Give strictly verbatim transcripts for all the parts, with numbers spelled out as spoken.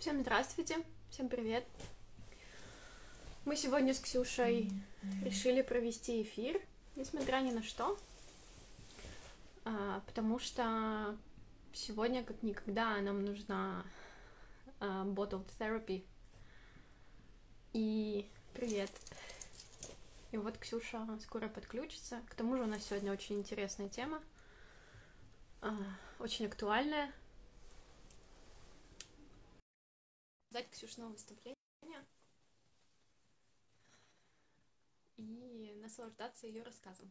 Всем здравствуйте, всем привет. Мы сегодня с Ксюшей решили провести эфир, несмотря ни на что, а, потому что сегодня как никогда нам нужна а, bottled therapy. И привет. И вот Ксюша скоро подключится. К тому же у нас сегодня очень интересная тема, а, очень актуальная. Дать Ксюшного выступления и наслаждаться ее рассказом.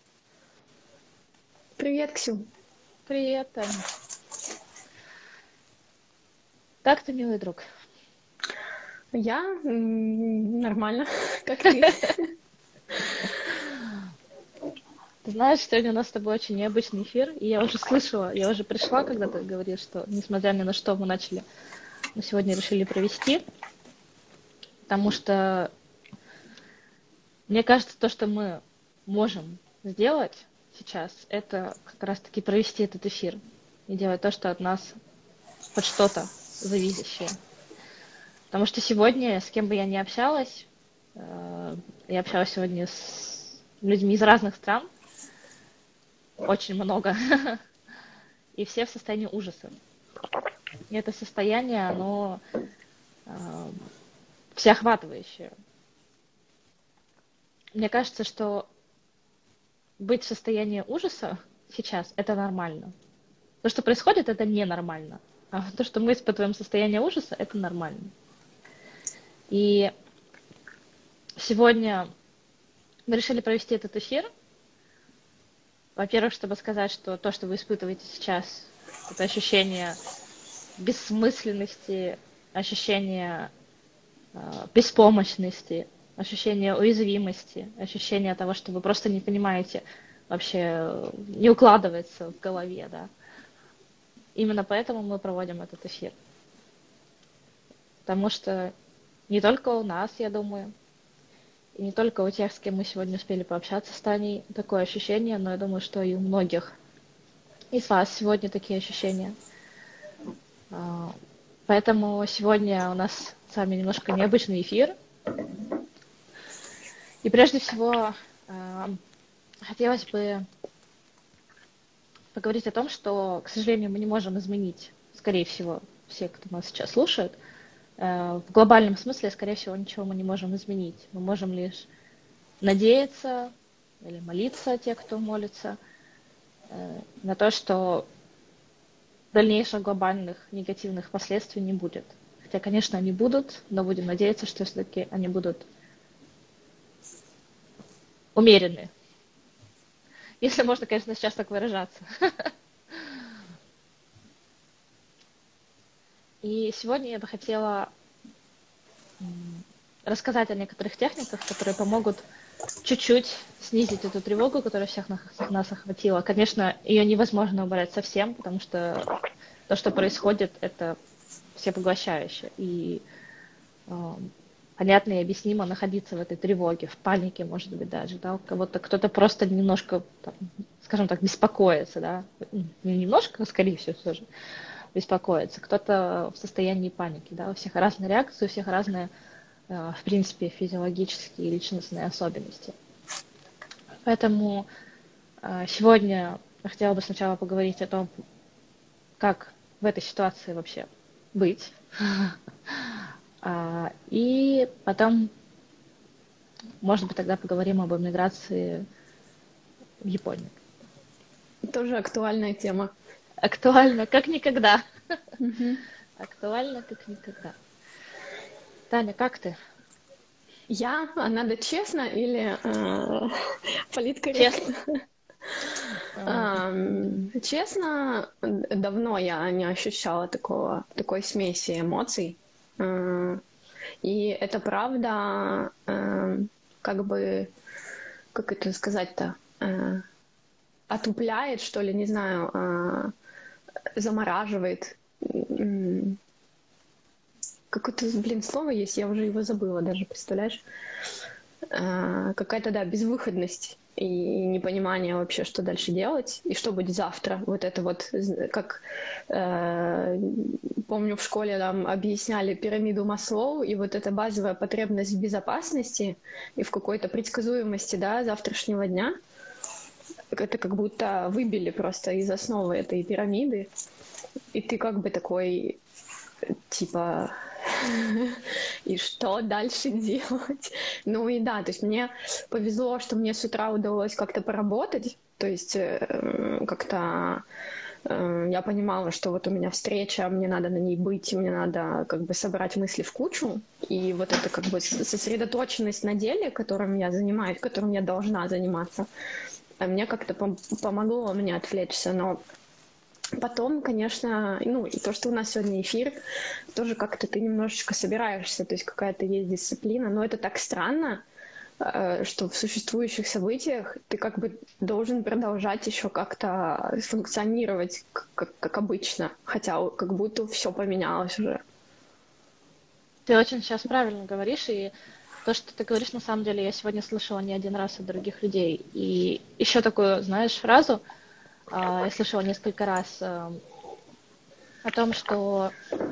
Привет, Ксю. Привет, Таня. Как ты, милый друг? Я м, нормально, как ты? Ты знаешь, сегодня у нас с тобой очень необычный эфир, и я уже слышала, я уже пришла, когда ты говоришь, что, несмотря ни на что, мы начали, мы сегодня решили провести, потому что мне кажется, то, что мы можем сделать сейчас, это как раз-таки провести этот эфир и делать то, что от нас хоть что-то зависящее. Потому что сегодня, с кем бы я ни общалась, э, я общалась сегодня с людьми из разных стран, очень много, и все в состоянии ужаса. И это состояние, оно э, всеохватывающее. Мне кажется, что быть в состоянии ужаса сейчас, это нормально. То, что происходит, это ненормально. А то, что мы испытываем состояние ужаса, это нормально. И сегодня мы решили провести этот эфир. Во-первых, чтобы сказать, что то, что вы испытываете сейчас, это ощущение бессмысленности, ощущение э, беспомощности, ощущение уязвимости, ощущение того, что вы просто не понимаете, вообще э, не укладывается в голове, да. Именно поэтому мы проводим этот эфир. Потому что не только у нас, я думаю, и не только у тех, с кем мы сегодня успели пообщаться с Таней, такое ощущение, но я думаю, что и у многих из вас сегодня такие ощущения. А, Поэтому сегодня у нас с вами немножко необычный эфир. И прежде всего а, хотелось бы поговорить о том, что, к сожалению, мы не можем изменить, скорее всего, все, кто нас сейчас слушает, э, в глобальном смысле, скорее всего, ничего мы не можем изменить. Мы можем лишь надеяться или молиться, те, кто молится, э, на то, что дальнейших глобальных негативных последствий не будет. Хотя, конечно, они будут, но будем надеяться, что все-таки они будут умеренные. Если можно, конечно, сейчас так выражаться. И сегодня я бы хотела рассказать о некоторых техниках, которые помогут чуть-чуть снизить эту тревогу, которая всех нас охватила. Конечно, ее невозможно убрать совсем, потому что то, что происходит, это всепоглощающе. И э, понятно и объяснимо находиться в этой тревоге, в панике, может быть, даже. Да? У кого-то кто-то просто немножко, там, скажем так, беспокоится, да? Не немножко, но скорее всего все же беспокоится. Кто-то в состоянии паники, да? У всех разные реакции, у всех разные, э, в принципе, физиологические и личностные особенности. Поэтому э, сегодня я хотела бы сначала поговорить о том, как в этой ситуации вообще быть. А, И потом, может быть, тогда поговорим об эмиграции в Японию. Тоже актуальная тема. Актуально, как никогда. Мгм. Актуально, как никогда. Таня, как ты? Я, а надо честно или э, Честно. политкорректно? А, Ам, честно, д- давно я не ощущала такого, такой смеси эмоций. Э, И это правда, э, как бы, как это сказать-то, э, отупляет, что ли, не знаю, э, замораживает. М, Какое-то, блин, слово есть, я уже его забыла даже, представляешь? А, какая-то, да, безвыходность. и непонимание вообще, что дальше делать и что будет завтра. Вот это вот, как э, помню, в школе нам объясняли пирамиду Маслоу, и вот эта базовая потребность в безопасности и в какой-то предсказуемости, да, завтрашнего дня, это как будто выбили просто из основы этой пирамиды, и ты как бы такой, типа, и что дальше делать? Ну и да, то есть мне повезло, что мне с утра удалось как-то поработать, то есть э, как-то э, я понимала, что вот у меня встреча, мне надо на ней быть, мне надо как бы собрать мысли в кучу, и вот это как бы сосредоточенность на деле, которым я занимаюсь, которым я должна заниматься, мне как-то пом- помогло мне отвлечься, но потом, конечно, ну, и то, что у нас сегодня эфир, тоже как-то ты немножечко собираешься, то есть какая-то есть дисциплина, но это так странно, э, что в существующих событиях ты как бы должен продолжать еще как-то функционировать как, как, как обычно, хотя как будто все поменялось уже. Ты очень сейчас правильно говоришь, и то, что ты говоришь, на самом деле, я сегодня слышала не один раз от других людей. И еще такую, знаешь, фразу а, я слышала несколько раз а, о том, что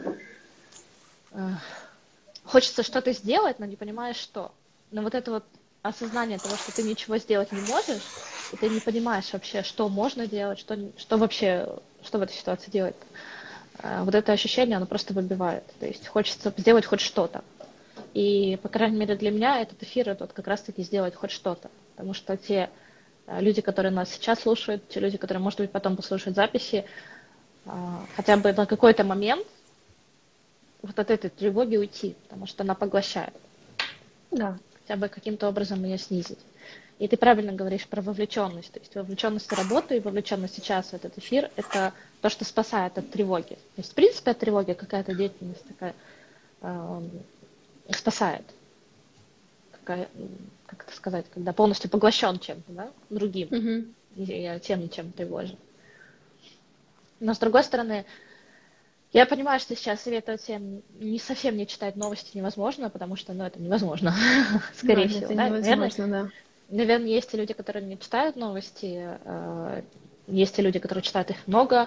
а, хочется что-то сделать, но не понимаешь, что. Но вот это вот осознание того, что ты ничего сделать не можешь, и ты не понимаешь вообще, что можно делать, что, что вообще, что в этой ситуации делать. А, вот это ощущение, оно просто выбивает. То есть хочется сделать хоть что-то. И, по крайней мере, для меня этот эфир, это вот как раз-таки сделать хоть что-то. Потому что те э, люди, которые нас сейчас слушают, те люди, которые, может быть, потом послушают записи, э, хотя бы на какой-то момент вот от этой тревоги уйти, потому что она поглощает. Да. Хотя бы каким-то образом ее снизить. И ты правильно говоришь про вовлеченность. То есть вовлеченность в работу и вовлеченность сейчас в этот эфир – это то, что спасает от тревоги. То есть, в принципе, от тревоги какая-то деятельность такая э, спасает. Какая, как это сказать, когда полностью поглощен чем-то, да, другим, Угу. и тем, чем тревожен. Но с другой стороны, я понимаю, что сейчас советую всем не совсем не читать новости невозможно, потому что, ну, это невозможно, Да, скорее всего, это да. Наверное, невозможно, да. наверное, есть и люди, которые не читают новости, есть и люди, которые читают их много,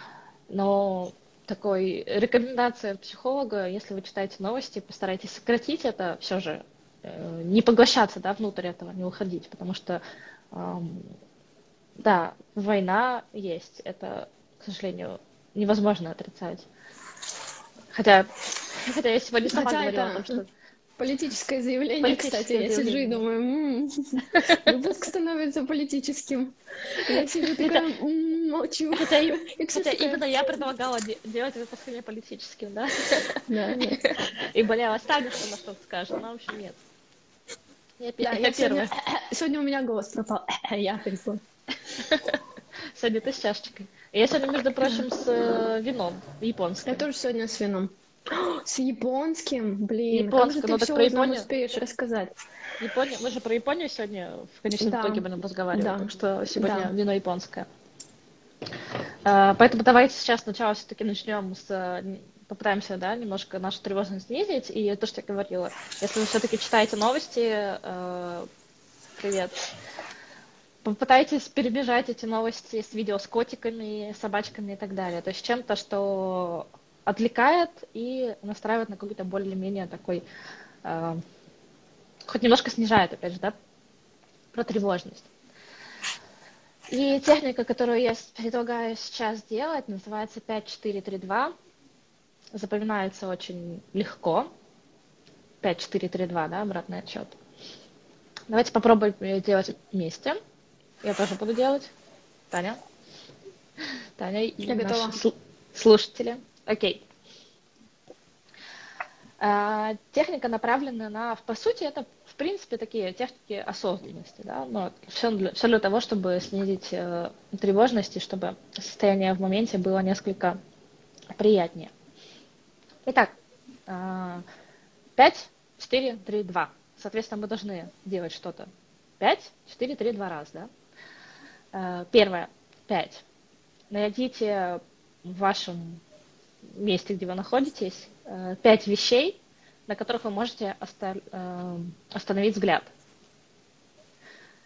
но такой рекомендация психолога, если вы читаете новости, постарайтесь сократить это все же, не поглощаться, да, внутрь этого, не уходить, потому что, эм, да, война есть, это, к сожалению, невозможно отрицать. Хотя, хотя я сегодня сама Хотя говорила о это том, что политическое заявление, кстати, политическое я сижу и заявление. думаю, м-м, выпуск становится политическим. Я сижу Хотя, такая, м-м, молчу. хотя, и- И Ксюша хотя такая, именно я предлагала де- делать выпуск не политическим, да, да, да. и боялась Таня, что она что-то скажет, но, в общем, нет. Я, пе- Да, я я сегодня, первая. сегодня у меня голос пропал. Я пришла. Сегодня ты с чашечкой. Я сегодня, между Да. прочим, с э, вином Я японским. тоже сегодня с вином. С японским? Блин, как же Японское, ты ну так все про нам Японию. успеешь рассказать? Япония, мы же про Японию сегодня в конечном Да, итоге будем разговаривать, да, так что да. сегодня вино японское. А, Поэтому давайте сейчас сначала все-таки начнем с э, попытаемся, да, немножко нашу тревожность снизить. И то, что я говорила, если вы все-таки читаете новости, э, привет, попытайтесь перебежать эти новости с видео с котиками, собачками и так далее. То есть чем-то, что отвлекает и настраивает на какой-то более-менее такой, э, хоть немножко снижает, опять же, да, про тревожность. И техника, которую я предлагаю сейчас делать, называется пять четыре три два. Запоминается очень легко. пять четыре три два, да, обратный отсчет. Давайте попробуем ее делать вместе. Я тоже буду делать. Таня. Таня и Я наши готова. сл- слушатели. Окей. А, техника направлена на, по сути, это, в принципе, такие техники осознанности, да, но все для, все для того, чтобы снизить э, тревожность и чтобы состояние в моменте было несколько приятнее. Итак, а, пять, четыре, три, два. Соответственно, мы должны делать что-то пять, четыре, три, два раз, да. А, Первое, пять. Найдите в вашем месте, где вы находитесь, э, пять вещей, на которых вы можете оста- э, остановить взгляд.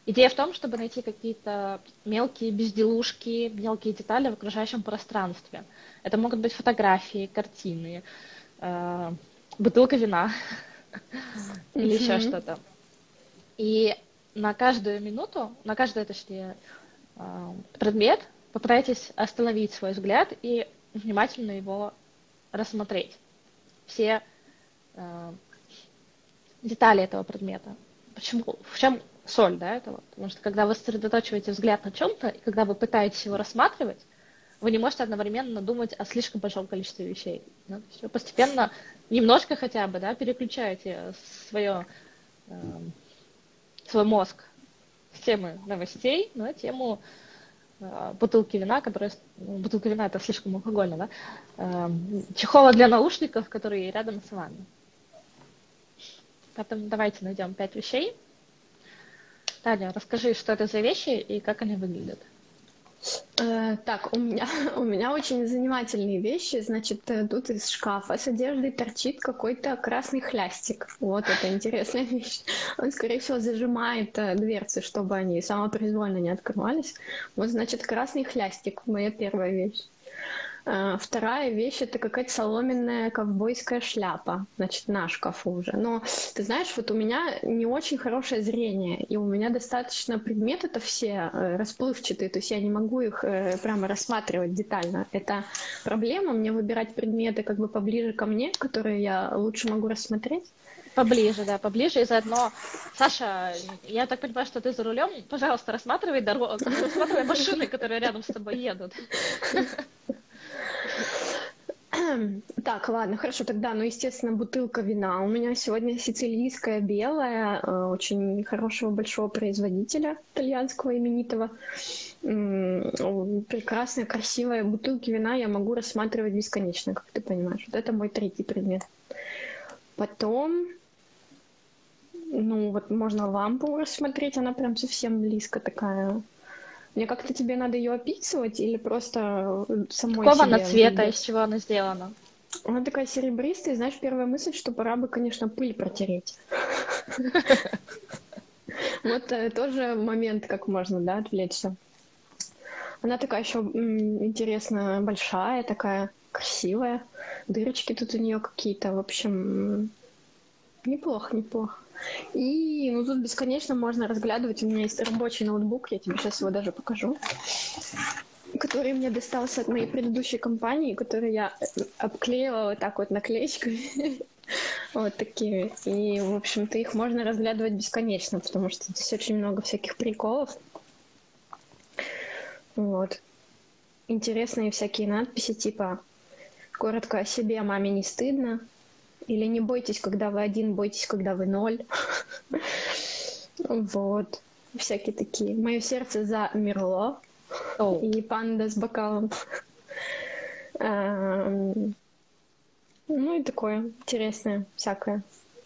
Идея в том, чтобы найти какие-то мелкие безделушки, мелкие детали в окружающем пространстве. Это могут быть фотографии, картины, э, бутылка вина или еще Мгм. что-то. И на каждую минуту, на каждый, точнее, э, предмет попытайтесь остановить свой взгляд и внимательно его рассмотреть. Все э, детали этого предмета. Почему? В чем соль, да, этого? Потому что когда вы сосредотачиваете взгляд на чем-то, и когда вы пытаетесь его рассматривать, вы не можете одновременно думать о слишком большом количестве вещей. Да? То есть вы постепенно, немножко хотя бы, да, переключаете свое, э, свой мозг с темы новостей на тему э, бутылки вина, которая... ну, бутылка вина это слишком алкогольно, да? Э, чехола для наушников, которые рядом с вами. Поэтому давайте найдем пять вещей. Таня, расскажи, что это за вещи и как они выглядят. Э, Так, у меня, у меня очень занимательные вещи. Значит, э, тут из шкафа с одеждой торчит какой-то красный хлястик. Вот это интересная вещь. Он, скорее всего, зажимает э, дверцы, чтобы они самопроизвольно не открывались. Вот, значит, красный хлястик. Моя первая вещь. А, Вторая вещь — это какая-то соломенная ковбойская шляпа, значит, на шкафу уже. Но ты знаешь, вот у меня не очень хорошее зрение, и у меня достаточно предметы-то все э, расплывчатые, то есть я не могу их э, прямо рассматривать детально. Это проблема, мне выбирать предметы как бы поближе ко мне, которые я лучше могу рассмотреть. Поближе, да, поближе. И заодно, Саша, я так понимаю, что ты за рулем. Пожалуйста, рассматривай дорогу, рассматривай машины, которые рядом с тобой едут. Так, ладно, хорошо, тогда, ну, естественно, бутылка вина. У меня сегодня сицилийская белая, э, очень хорошего большого производителя, итальянского именитого. М, о, Прекрасная, красивая бутылки вина я могу рассматривать бесконечно, как ты понимаешь. Вот это мой третий предмет. Потом, ну, вот можно лампу рассмотреть, она прям совсем близко такая. Мне как-то тебе надо ее описывать или просто э, самой Какого она себе цвета, из вглядеться? чего она сделана? Она такая серебристая, и знаешь, первая мысль, что пора бы, конечно, пыль протереть. Вот э, тоже момент, как можно, да, отвлечься. Она такая еще интересная, большая, такая красивая. Дырочки тут у нее какие-то, в общем, м, неплохо, неплохо. И, ну, тут бесконечно можно разглядывать. У меня есть рабочий ноутбук, я тебе сейчас его даже покажу, который мне достался от моей предыдущей компании, который я э, обклеивала вот так вот наклеечками. Вот такие. И, в общем-то, их можно разглядывать бесконечно, потому что здесь очень много всяких приколов. Вот. Интересные всякие надписи, типа «Коротко о себе, маме не стыдно», или «Не бойтесь, когда вы один, бойтесь, когда вы ноль». Вот. Всякие такие. «Мое сердце замерло», Оу. и панда с бокалом. Эм, Ну и такое интересное всякое.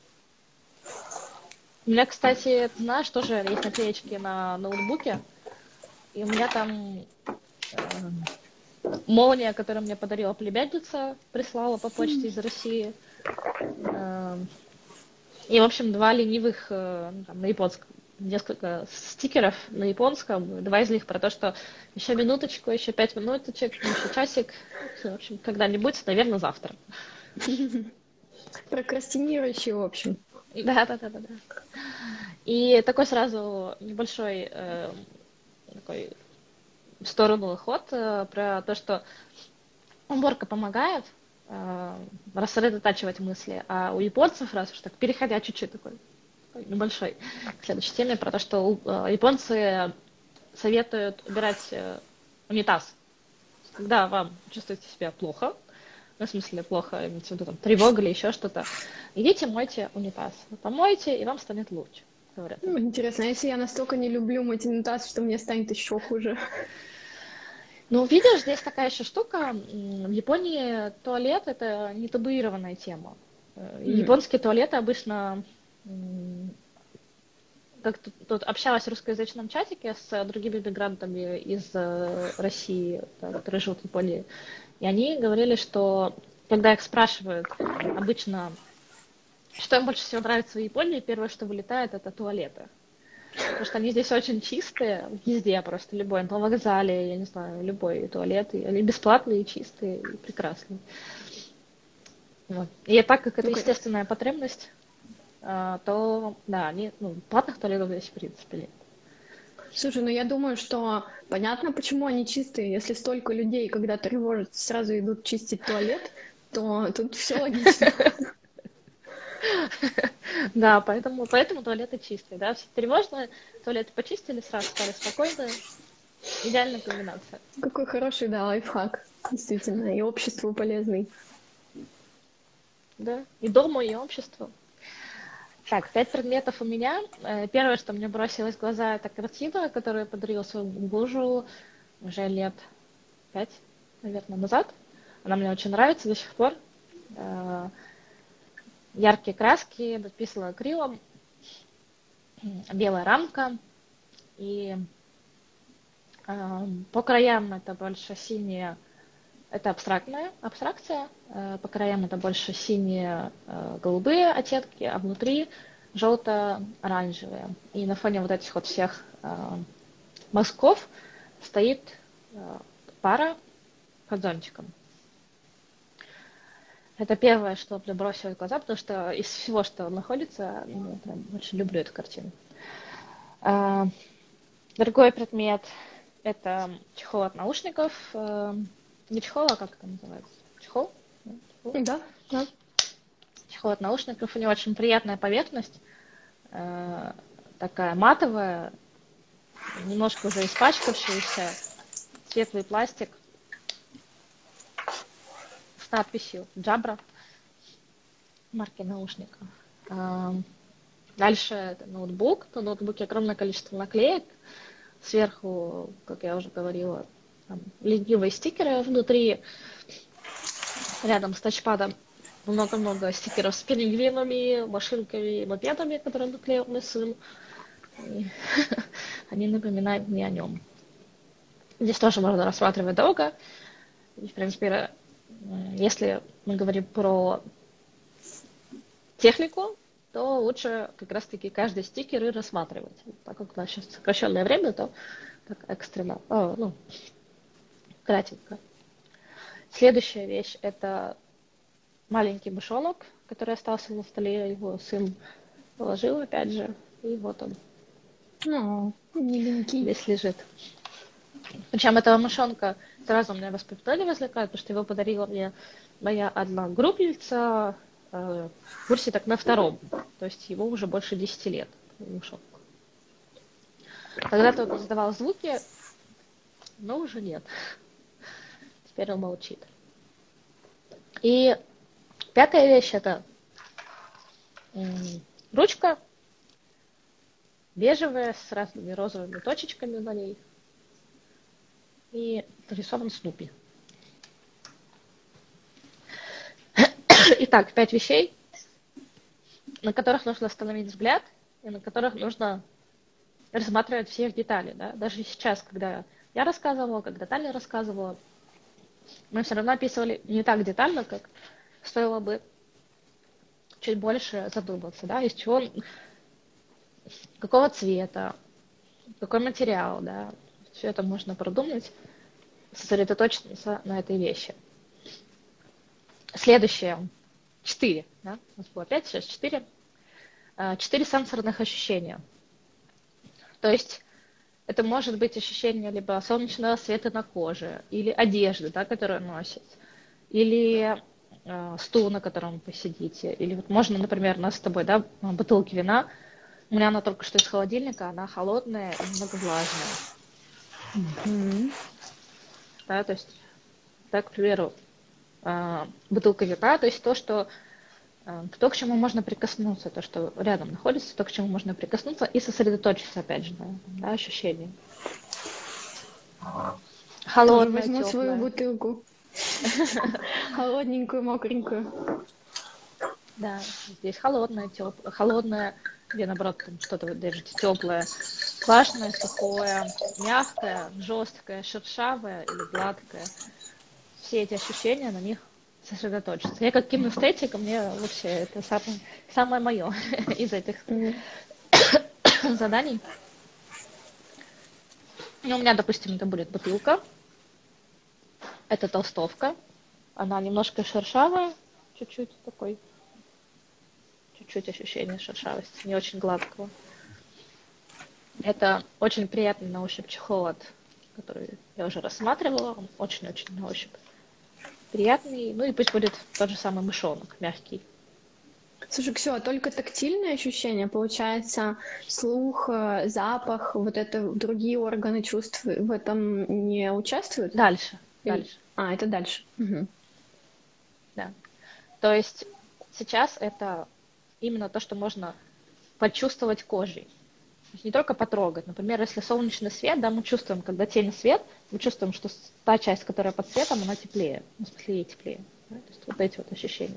У меня, кстати, ты знаешь, тоже есть наклеечки на ноутбуке. И у меня там э, молния, которую мне подарила племянница, прислала по почте из России. Э, И, в общем, два ленивых э, ну, там, на японском, несколько стикеров на японском. Два из них про то, что еще минуточку, еще пять минуточек, еще часик. В общем, когда-нибудь, наверное, завтра. Прокрастинирующий, в общем. Да, да, да, да, да. И такой сразу небольшой э, такой в сторону ход э, про то, что уборка помогает э, рассредотачивать мысли, а у японцев, раз уж так, переходя чуть-чуть такой, такой небольшой к следующей теме, про то, что у- э, японцы советуют убирать э, унитаз. Когда вам чувствуете себя плохо, ну, в смысле плохо, имеется в виду там тревога или еще что-то, идите мойте унитаз. Вы помойте, и вам станет лучше, говорят Ну, они. интересно, а если я настолько не люблю мыть унитаз, что мне станет еще хуже? Ну, видишь, здесь такая еще штука. м, В Японии туалет — это не табуированная тема. Э, и М. Японские туалеты обычно... м, Как тут, тут общалась в русскоязычном чатике с другими мигрантами из э, России, да, которые живут в Японии. И они говорили, что когда их спрашивают обычно, что им больше всего нравится в Японии, первое, что вылетает, это туалеты. потому что они здесь очень чистые, везде просто, любой, на вокзале, я не знаю, любой туалет, и они бесплатные, чистые, и прекрасные. Вот. И так как это Ну, конечно. естественная потребность, а, то, да, они, ну, платных туалетов здесь, в принципе, нет. Слушай, ну я думаю, что понятно, почему они чистые. Если столько людей, когда тревожатся, сразу идут чистить туалет, то тут все логично. Да, поэтому, поэтому туалеты чистые, да, все тревожные, туалеты почистили, сразу стали спокойные, идеальная комбинация. Какой хороший, да, лайфхак. Действительно, и обществу полезный. Да, и дому, и обществу. Так, пять предметов у меня. Э, Первое, что мне бросилось в глаза, это картина, которую я подарила своему мужу уже лет пять, наверное, назад. Она мне очень нравится до сих пор. Э, Яркие краски, написано акрилом, белая рамка. И э, по краям это больше синие, это абстрактная абстракция. Э, По краям это больше синие, э, голубые оттенки, а внутри желто-оранжевые. И на фоне вот этих вот всех э, мазков стоит э, пара под зонтиком. Это первое, что мне бросилось в глаза, потому что из всего, что находится, ну, я прям очень люблю эту картину. А, Другой предмет — это чехол от наушников. Э, Не чехол, а как это называется? Чехол? Да, чехол. Да, да. Чехол от наушников. У него очень приятная поверхность, э, такая матовая, немножко уже испачкавшаяся, светлый пластик с надписью Jabra, марки наушников. А, Дальше это ноутбук. На ноутбуке огромное количество наклеек. Сверху, как я уже говорила, там ленивые стикеры внутри. Рядом с тачпадом много-много стикеров с пингвинами, машинками, мопедами, которые наклеил мой сын. И они напоминают мне о нем. Здесь тоже можно рассматривать долго. И, в принципе, если мы говорим про технику, то лучше как раз-таки каждый стикер и рассматривать. Так как у нас сейчас сокращенное время, то так экстренно, о, ну, кратенько. Следующая вещь — это маленький мышонок, который остался на столе, его сын положил, опять же, и вот он Ну, миленький. здесь лежит. Причем этого мышонка сразу у меня воспоминания возникают, потому что его подарила мне моя одногруппница э, в курсе так на втором. То есть его уже больше десяти лет. Мышонку. Когда-то он издавал звуки, но уже нет. Теперь он молчит. И пятая вещь — это м, ручка бежевая с разными розовыми точечками на ней. И нарисован Снупи. Итак, пять вещей, на которых нужно остановить взгляд и на которых нужно рассматривать все их детали. Да? Даже сейчас, когда я рассказывала, когда Таня рассказывала, мы все равно описывали не так детально, как стоило бы чуть больше задуматься, да, из чего, какого цвета, какой материал, да, все это можно продумать, сосредоточиться на этой вещи. Следующее. Четыре. Да? У нас было пять, сейчас четыре. Четыре сенсорных ощущения. То есть это может быть ощущение либо солнечного света на коже, или одежды, да, которую носит, или э, стул, на котором вы посидите. Или вот можно, например, у нас с тобой, да, бутылки вина. У меня она только что из холодильника, она холодная и немного влажная. Мгм. Да, то есть, так, к примеру, э, бутылка вина, то есть то, что э, то, к чему можно прикоснуться, то, что рядом находится, то, к чему можно прикоснуться и сосредоточиться, опять же, на этом, да, ощущении. Тоже Холодная, возьму свою теплая. бутылку. Холодненькую, мокренькую. Да, здесь холодная, теплая, холодная, где наоборот там что-то вы держите теплое, влажное, сухое, мягкое, жесткое, шершавое или гладкое. Все эти ощущения, на них сосредоточиться. Я как кинестетик, мне вообще это самое, самое мое из этих Мгм. заданий. Ну, у меня, допустим, это будет бутылка. Это толстовка. Она немножко шершавая, чуть-чуть такой, чуть-чуть ощущение шершавости, не очень гладкого. Это очень приятный на ощупь чехол, от, который я уже рассматривала. Он очень-очень на ощупь приятный. Ну и пусть будет тот же самый мышонок, мягкий. Слушай, Ксю, а только тактильные ощущения, получается, слух, э, запах, вот это другие органы чувств в этом не участвуют? Дальше, Или- дальше, А, это дальше. Мгм. да. То есть сейчас это именно то, что можно почувствовать кожей. То есть не только потрогать. Например, если солнечный свет, да, мы чувствуем, когда тень и свет, мы чувствуем, что с- та часть, которая под светом, она теплее, ну, светлее и теплее. Да? То есть вот эти вот ощущения.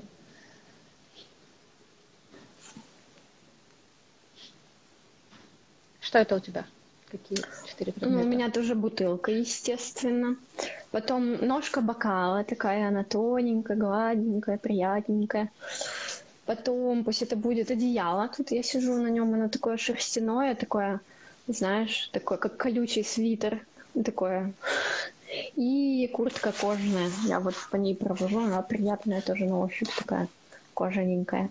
Что это у тебя? Какие четыре Ну, у предмета? меня тоже бутылка, естественно. Потом ножка бокала, такая она тоненькая, гладенькая, приятненькая. Потом, пусть это будет одеяло. Тут я сижу на нем, оно такое шерстяное, такое, знаешь, такое, как колючий свитер. Такое. И куртка кожаная. Я вот по ней провожу, она приятная тоже на ощупь, такая кожаненькая.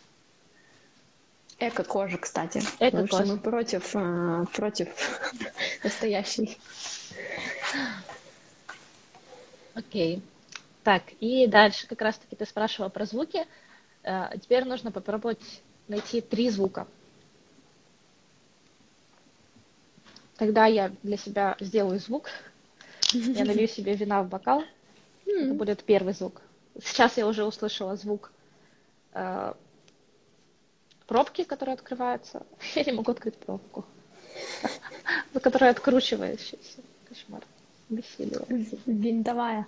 Эко-кожа, кстати. Это Потому что мы кожа. против, а, против настоящей. Окей. Так, и дальше как раз-таки ты спрашивала про звуки. Э, Теперь нужно попробовать найти три звука. Тогда я для себя сделаю звук. Я налью себе вина в бокал. Это М. будет первый звук. Сейчас я уже услышала звук э, пробки, которая открывается. Я не могу открыть пробку. Ну, которая откручивающаяся. Кошмар. Бессилие. Винтовая.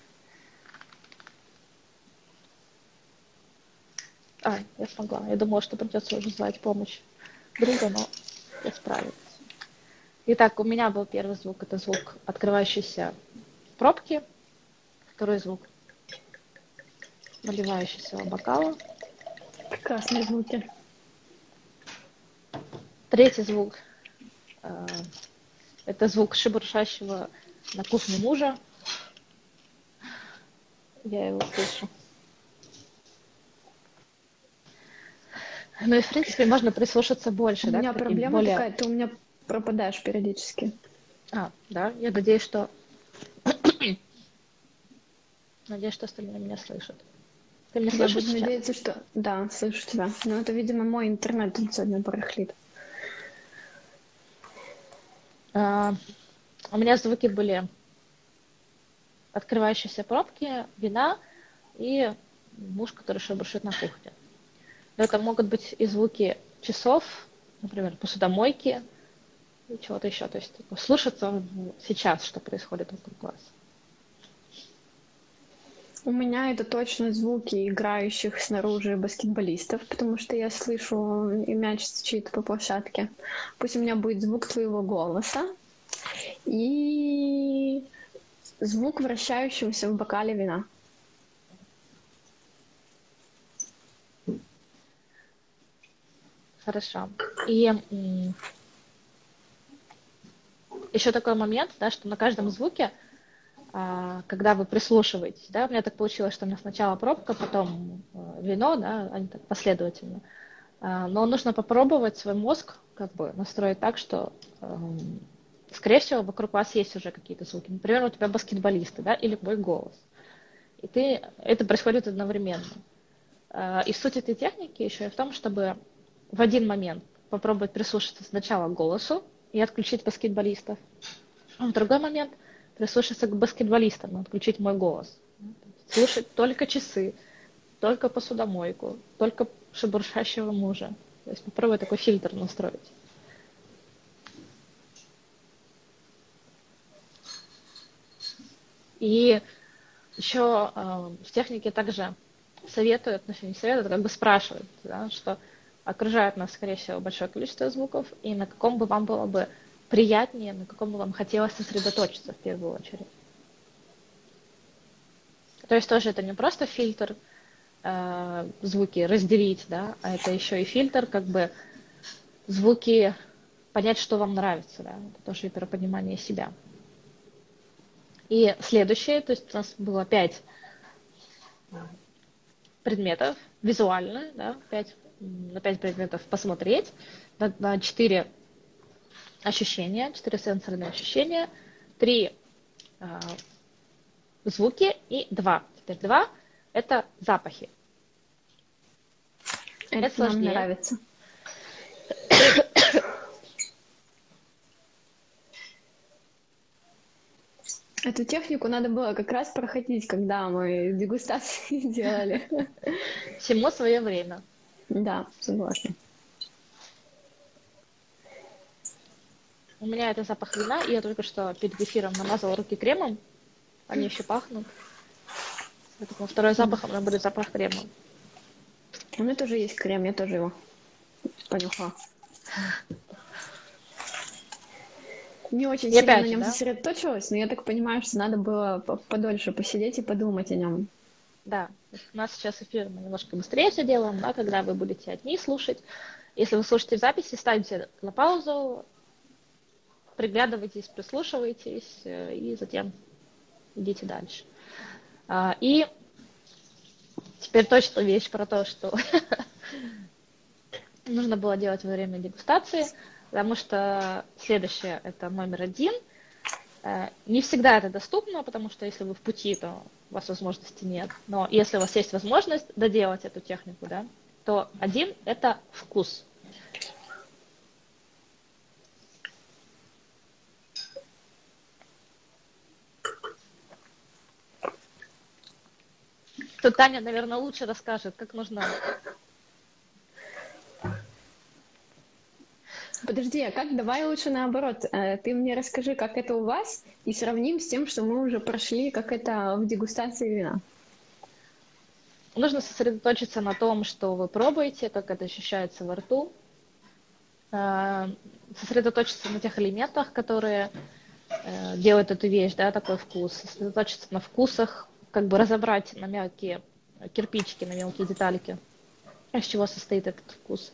А, я смогла. Я думала, что придется уже звать помощь друга, но я справилась. Итак, у меня был первый звук. Это звук открывающейся пробки. Второй звук наливающегося бокала. Прекрасные звуки. Третий звук э, это звук шебуршащего на кухне мужа. Я его слышу. Ну и, в принципе, можно прислушаться больше, У да, к меня таким проблема более... такая, ты у меня пропадаешь периодически. А, да, я надеюсь, что... Надеюсь, что остальные меня слышат. Ты меня Я слышишь буду сейчас? надеяться, что... Да, слышу тебя. Но это, видимо, мой интернет тут сегодня барахлит. А, у меня звуки были открывающиеся пробки, вина и муж, который шебуршит на кухне. Но это могут быть и звуки часов, например, посудомойки, и чего-то еще. То есть слушаться сейчас, что происходит вокруг вас. У меня это точно звуки играющих снаружи баскетболистов, потому что я слышу и мяч стучит по площадке. Пусть у меня будет звук твоего голоса и звук вращающегося в бокале вина. Хорошо. И м, еще такой момент, да, что на каждом звуке, а, когда вы прислушиваетесь, да, у меня так получилось, что у меня сначала пробка, потом э, вино, да, они так последовательно. А, но нужно попробовать свой мозг как бы настроить так, что, эм, скорее всего, вокруг вас есть уже какие-то звуки. Например, у тебя баскетболисты, да, или мой голос. И ты, это происходит одновременно. А, И суть этой техники еще и в том, чтобы в один момент попробовать прислушаться сначала к голосу и отключить баскетболистов, а в другой момент прислушаться к баскетболистам и отключить мой голос. Слушать только часы, только посудомойку, только шебуршащего мужа. То есть попробуй такой фильтр настроить. И еще э, в технике также советуют, ну, не советуют, а как бы спрашивают, да, что окружает нас, скорее всего, большое количество звуков, и на каком бы вам было бы приятнее, на каком бы вам хотелось сосредоточиться в первую очередь. То есть тоже это не просто фильтр э, звуки разделить, да, а это еще и фильтр, как бы звуки понять, что вам нравится, да, это тоже гиперпонимание себя. И следующее, то есть у нас было пять предметов, визуально, да, пять, на пять предметов посмотреть, на, на четыре ощущения, четыре сенсорные ощущения, три э, звуки и два. Теперь два — это запахи. Это, это нам сложнее. нравится. Эту технику надо было как раз проходить, когда мы дегустации делали. Всему свое время. Да, согласна. У меня это запах вина, и я только что перед эфиром намазала руки кремом. Они еще пахнут. Поэтому второй запах у меня будет запах крема. У меня тоже есть крем, я тоже его понюхала. Не очень и сильно опять на же, нем да? сосредоточилась, но я так понимаю, что надо было подольше посидеть и подумать о нем. Да, у нас сейчас эфир, мы немножко быстрее все делаем, да, когда вы будете одни слушать. Если вы слушаете в записи, ставьте на паузу, приглядывайтесь, прислушивайтесь, и затем идите дальше. И теперь точно вещь про то, что нужно было делать во время дегустации, потому что следующее, это номер один. Не всегда это доступно, потому что если вы в пути, то у вас возможности нет. Но если у вас есть возможность доделать эту технику, да, то один — это вкус. Тут Таня, наверное, лучше расскажет, как нужно... Подожди, а как? Давай лучше наоборот. Ты мне расскажи, как это у вас, и сравним с тем, что мы уже прошли, как это в дегустации вина. Нужно сосредоточиться на том, что вы пробуете, как это ощущается во рту. Сосредоточиться на тех элементах, которые делают эту вещь, да, такой вкус. Сосредоточиться на вкусах, как бы разобрать на мелкие кирпичики, на мелкие детальки, из чего состоит этот вкус.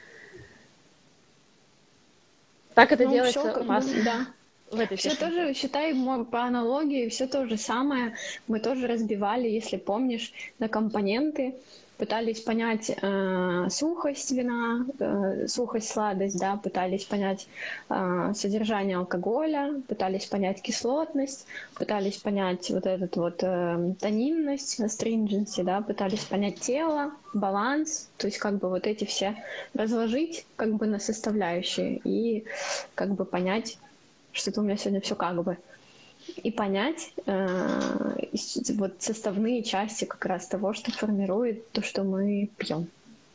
Так это ну, делается все, у нас бы, да. в этой Все технике. тоже, считай, по аналогии, все то же самое. Мы тоже разбивали, если помнишь, на компоненты. Пытались понять э, сухость вина, э, сухость, сладость, да, пытались понять э, содержание алкоголя, пытались понять кислотность, пытались понять вот этот вот э, тонинность, astringency, да, пытались понять тело, баланс, то есть как бы вот эти все разложить как бы на составляющие и как бы понять, что-то у меня сегодня все как бы. И понять э, вот составные части как раз того, что формирует то, что мы пьем.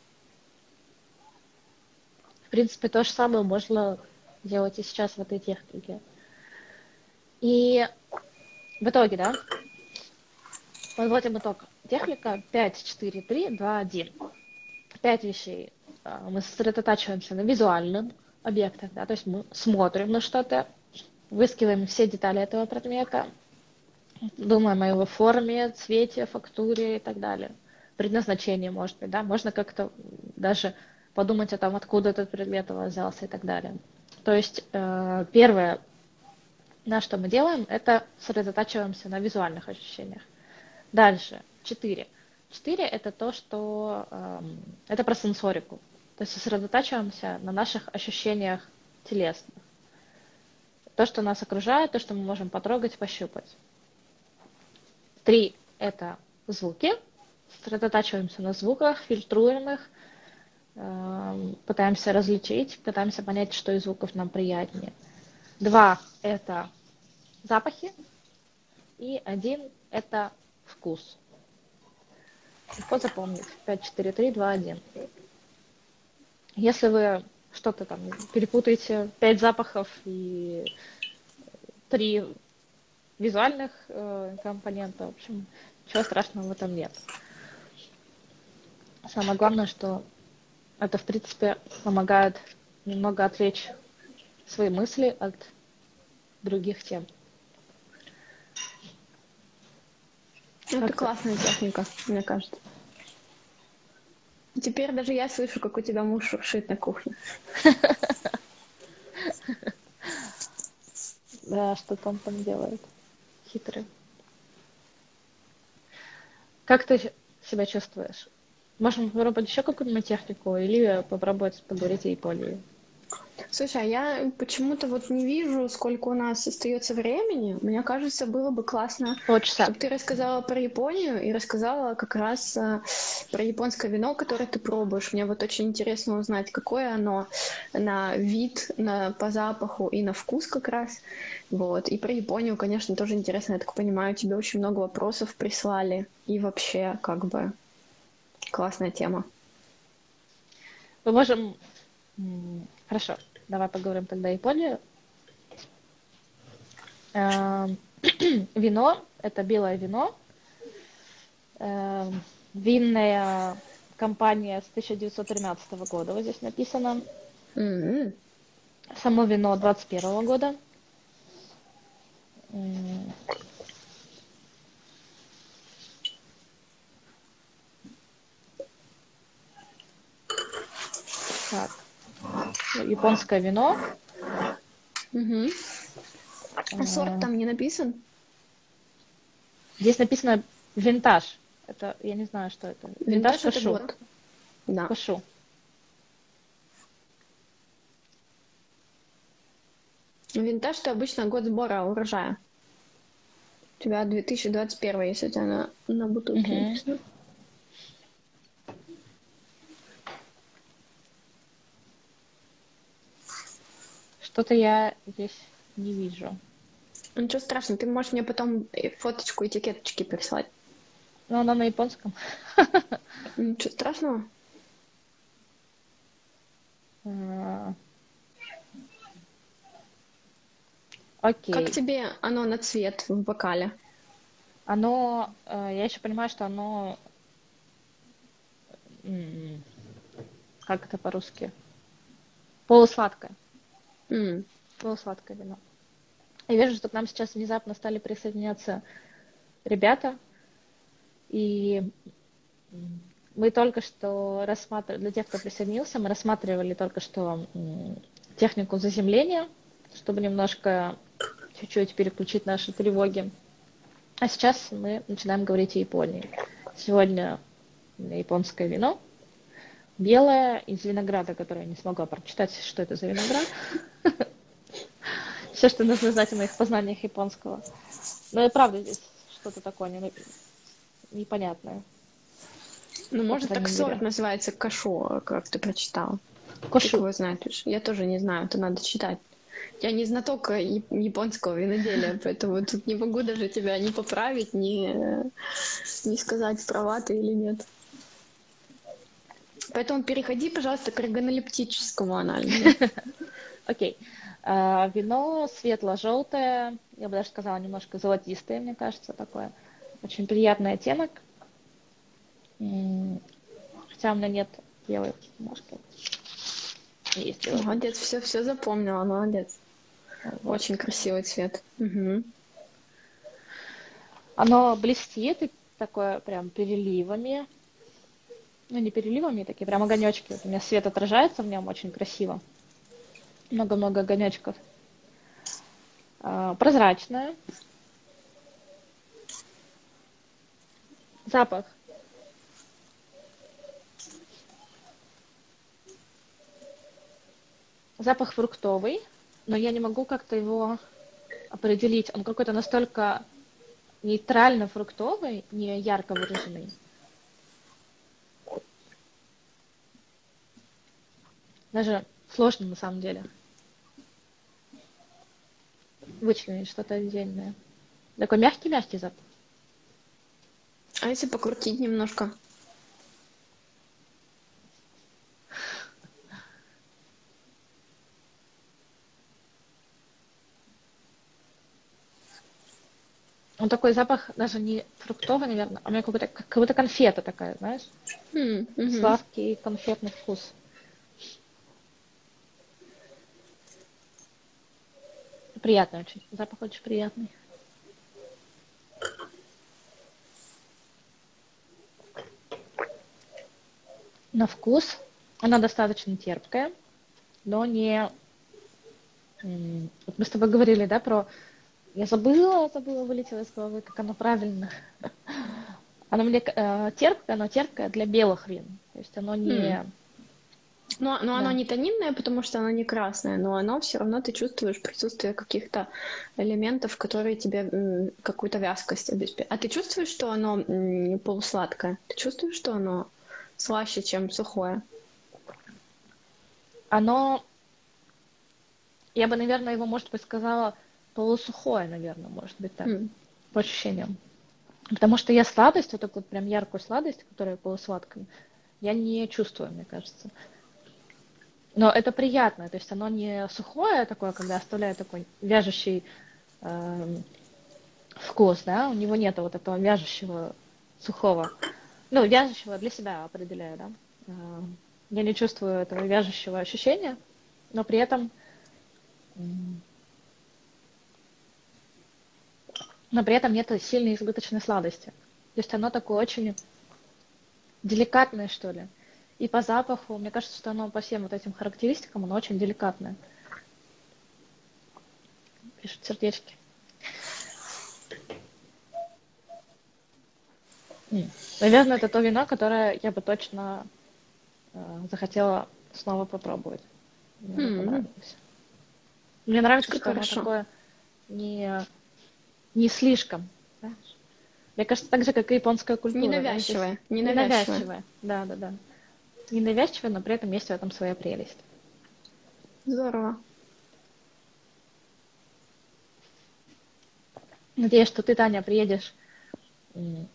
В принципе, то же самое можно делать и сейчас в этой технике. И в итоге, да, подводим итог. Техника пять, четыре, три, два, один. Пять вещей. Мы сосредотачиваемся на визуальных объектах, да, то есть мы смотрим на что-то, выискиваем все детали этого предмета, думаем о его форме, цвете, фактуре и так далее. Предназначение, может быть, да, можно как-то даже подумать о том, откуда этот предмет взялся и так далее. То есть э, первое, на что мы делаем, это сосредотачиваемся на визуальных ощущениях. Дальше, четыре. Четыре — это то, что э, это про сенсорику. То есть сосредотачиваемся на наших ощущениях телесных. То, что нас окружает, то, что мы можем потрогать, пощупать. Три — это звуки. Сосредотачиваемся на звуках, фильтруем их, э, пытаемся различить, пытаемся понять, что из звуков нам приятнее. Два — это запахи. И один — это вкус. Легко запомнить. пять, четыре, три, два, один. Если вы что-то там перепутаете, пять запахов и три визуальных э, компонента, в общем, ничего страшного в этом нет. Самое главное, что это, в принципе, помогает немного отвлечь свои мысли от других тем. Это как классная техника, мне кажется. Теперь даже я слышу, как у тебя муж шуршит на кухне. Да, что-то он там делает. Хитрый. Как ты щ- себя чувствуешь? Можем попробовать еще какую-нибудь технику или попробовать поговорить о Японии? Слушай, а я почему-то вот не вижу, сколько у нас остается времени. Мне кажется, было бы классно, Полчаса. чтобы ты рассказала про Японию и рассказала как раз э, про японское вино, которое ты пробуешь. Мне вот очень интересно узнать, какое оно на вид, на, по запаху и на вкус как раз. Вот. И про Японию, конечно, тоже интересно. Я так понимаю, тебе очень много вопросов прислали. И вообще, как бы, классная тема. Мы можем... м, Хорошо, давай поговорим тогда о Японии. Эм, Вино, это белое вино. Эм, Винная компания с тысяча девятьсот тринадцатого года, вот здесь написано. М. Само вино двадцать первого года. М, Так, ну, японское вино. Мгм. А сорт Э, там не написан? Здесь написано винтаж. Это, я не знаю, что это. Винтаж Винтаж это кашу. год. Да. Кашу. Винтаж это обычно год сбора урожая. У тебя две тысячи двадцать первый, если у тебя на, на бутылке Мгм. написано. Что-то я здесь не вижу. Ну, ничего страшного, ты можешь мне потом э, фоточку этикеточки прислать. Но она на японском. Ничего страшного. А, Как Окей. тебе оно на цвет в бокале? Оно, э, я еще понимаю, что оно, м, как это по-русски? Полусладкое. М. Полусладкое вино. Я вижу, что к нам сейчас внезапно стали присоединяться ребята, и м, мы только что рассматривали, для тех, кто присоединился, мы рассматривали только что м, технику заземления, чтобы немножко, чуть-чуть переключить наши тревоги. А сейчас мы начинаем говорить о Японии. Сегодня японское вино, белое, из винограда, которое я не смогла прочитать, что это за виноград. Все, что нужно знать о моих познаниях японского. Но и правда здесь что-то такое не- непонятное, Ну, по может, так крайней сорт мере. называется кашу, как ты прочитал. Фиг Кошу. его знает уж. Я тоже не знаю, это надо читать. Я не знаток э, японского виноделия, поэтому тут не могу даже тебя ни поправить, ни, э, ни сказать, права ты или нет. Поэтому переходи, пожалуйста, к органолептическому анализу. Окей. А, Вино светло-желтое, я бы даже сказала, немножко золотистое, мне кажется, такое. Очень приятный оттенок. М, Хотя у меня нет белой бумажки. Есть белая Молодец, бумажка. все, все запомнила, молодец. Вот. Очень красивый цвет. Мгм. Оно блестит и такое прям переливами. Ну, не переливами, такие прям огонечки. Вот у меня свет отражается в нем очень красиво. Много-много огонечков. А, прозрачное. Запах. Запах фруктовый, но я не могу как-то его определить. Он какой-то настолько нейтрально фруктовый, не ярко выраженный. Даже сложно на самом деле вычленить что-то отдельное. Такой мягкий-мягкий запах. А если покрутить немножко? Он такой запах даже не фруктовый, наверное, а у меня какой-то, как будто конфета такая, знаешь? М, мгм. Сладкий конфетный вкус. Приятный очень. Запах очень приятный. На вкус она достаточно терпкая, но не, М, Вот мы с тобой говорили, да, про... Я забыла, забыла, вылетела из головы, как оно правильно. Оно мне э, терпкое, но терпкое для белых вин. То есть оно М. не... Но, но оно Да. не тонинное, потому что оно не красное, но оно все равно ты чувствуешь присутствие каких-то элементов, которые тебе м, какую-то вязкость обеспечивают. А ты чувствуешь, что оно м, не полусладкое? Ты чувствуешь, что оно слаще, чем сухое? Оно... Я бы, наверное, его, может быть, сказала полусухое, наверное, может быть так, М. по ощущениям. Потому что я сладость, вот такую вот прям яркую сладость, которая полусладкая, я не чувствую, мне кажется. Но это приятно, то есть оно не сухое такое, когда оставляет такой вяжущий эм, вкус, да, у него нет вот этого вяжущего сухого, ну, вяжущего для себя определяю, да. Эм, Я не чувствую этого вяжущего ощущения, но при этом, м, но при этом нет сильной избыточной сладости. То есть оно такое очень деликатное, что ли. И по запаху, мне кажется, что оно по всем вот этим характеристикам, оно очень деликатное. Пишут сердечки. М. Наверное, это то вино, которое я бы точно э, захотела снова попробовать. Мне оно М. понравилось. Мне нравится, Как что оно хорошо. такое не, не слишком. Знаешь? Мне кажется, так же, как и японская культура, да, здесь Ненавязчивое, ненавязчивое. ненавязчивая. Да, да, да. Ненавязчивая, но при этом есть в этом своя прелесть. Здорово. Надеюсь, что ты, Таня, приедешь, м,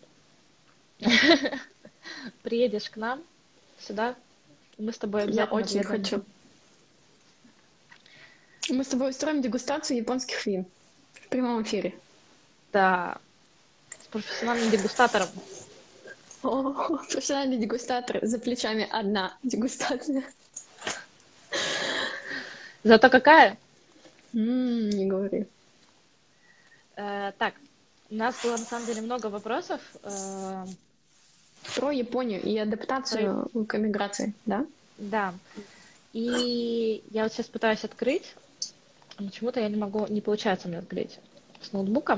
приедешь к нам сюда, и мы с тобой Я обязательно очень отведаем. хочу. Мы с тобой устроим дегустацию японских вин в прямом эфире. Да, с профессиональным дегустатором. О, профессиональный дегустатор, за плечами одна дегустация. Зато какая? М, не говори. Э, так, у нас было на самом деле много вопросов. э, Про Японию и про- адаптацию к эмиграции, да? Да, и я вот сейчас пытаюсь открыть, но почему-то я не могу, не получается мне открыть с ноутбука.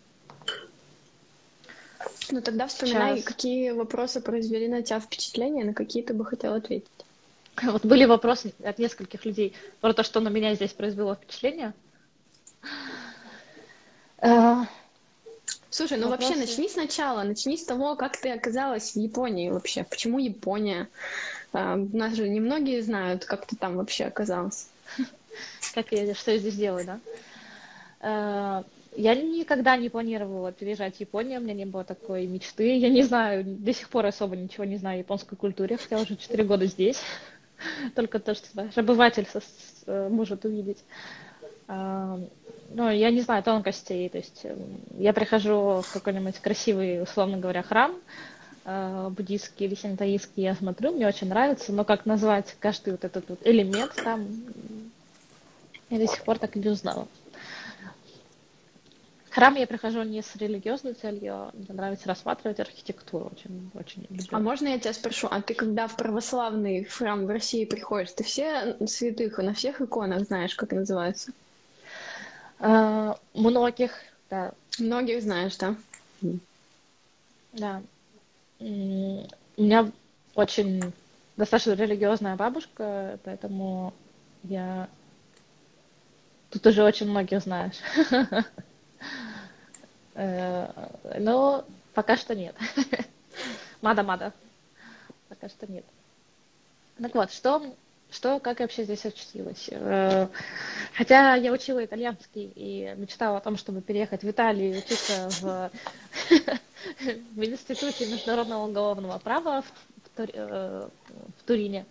Ну тогда вспоминай, Сейчас. какие вопросы произвели на тебя впечатление, на какие ты бы хотел ответить. Вот были вопросы от нескольких людей про то, что на меня здесь произвело впечатление. Э, Слушай, ну вообще Вопросы, начни сначала, начни с того, как ты оказалась в Японии вообще. Почему Япония? А, нас же немногие знают, как ты там вообще оказалась. как я, что я здесь делаю, да? Э, Я никогда не планировала переезжать в Японию, у меня не было такой мечты. Я не знаю, до сих пор особо ничего не знаю о японской культуре, хотя уже четыре года здесь. Только то, что знаешь, обыватель со- с- э, может увидеть. А, Ну, я не знаю тонкостей. То есть эм, я прихожу в какой-нибудь красивый, условно говоря, храм э, буддийский или синтоистский, я смотрю, мне очень нравится, но как назвать каждый вот этот вот элемент там, я до сих пор так и не узнала. В храм я прихожу не с религиозной целью, мне нравится рассматривать архитектуру, очень, очень А люблю. можно я тебя спрошу, а ты когда в православный храм в России приходишь, ты все святых на всех иконах знаешь, как называются? А, многих, да, Многих знаешь, да? да. М, У меня очень достаточно религиозная бабушка, поэтому я тут уже очень многих знаешь. Э, Но пока что нет. Мада-мада. Пока что нет. Так вот, что, что, как я вообще здесь очутилась? Э, Хотя я учила итальянский и мечтала о том, чтобы переехать в Италию и учиться в, в Институте международного уголовного права в, в Тур- э, в Турине.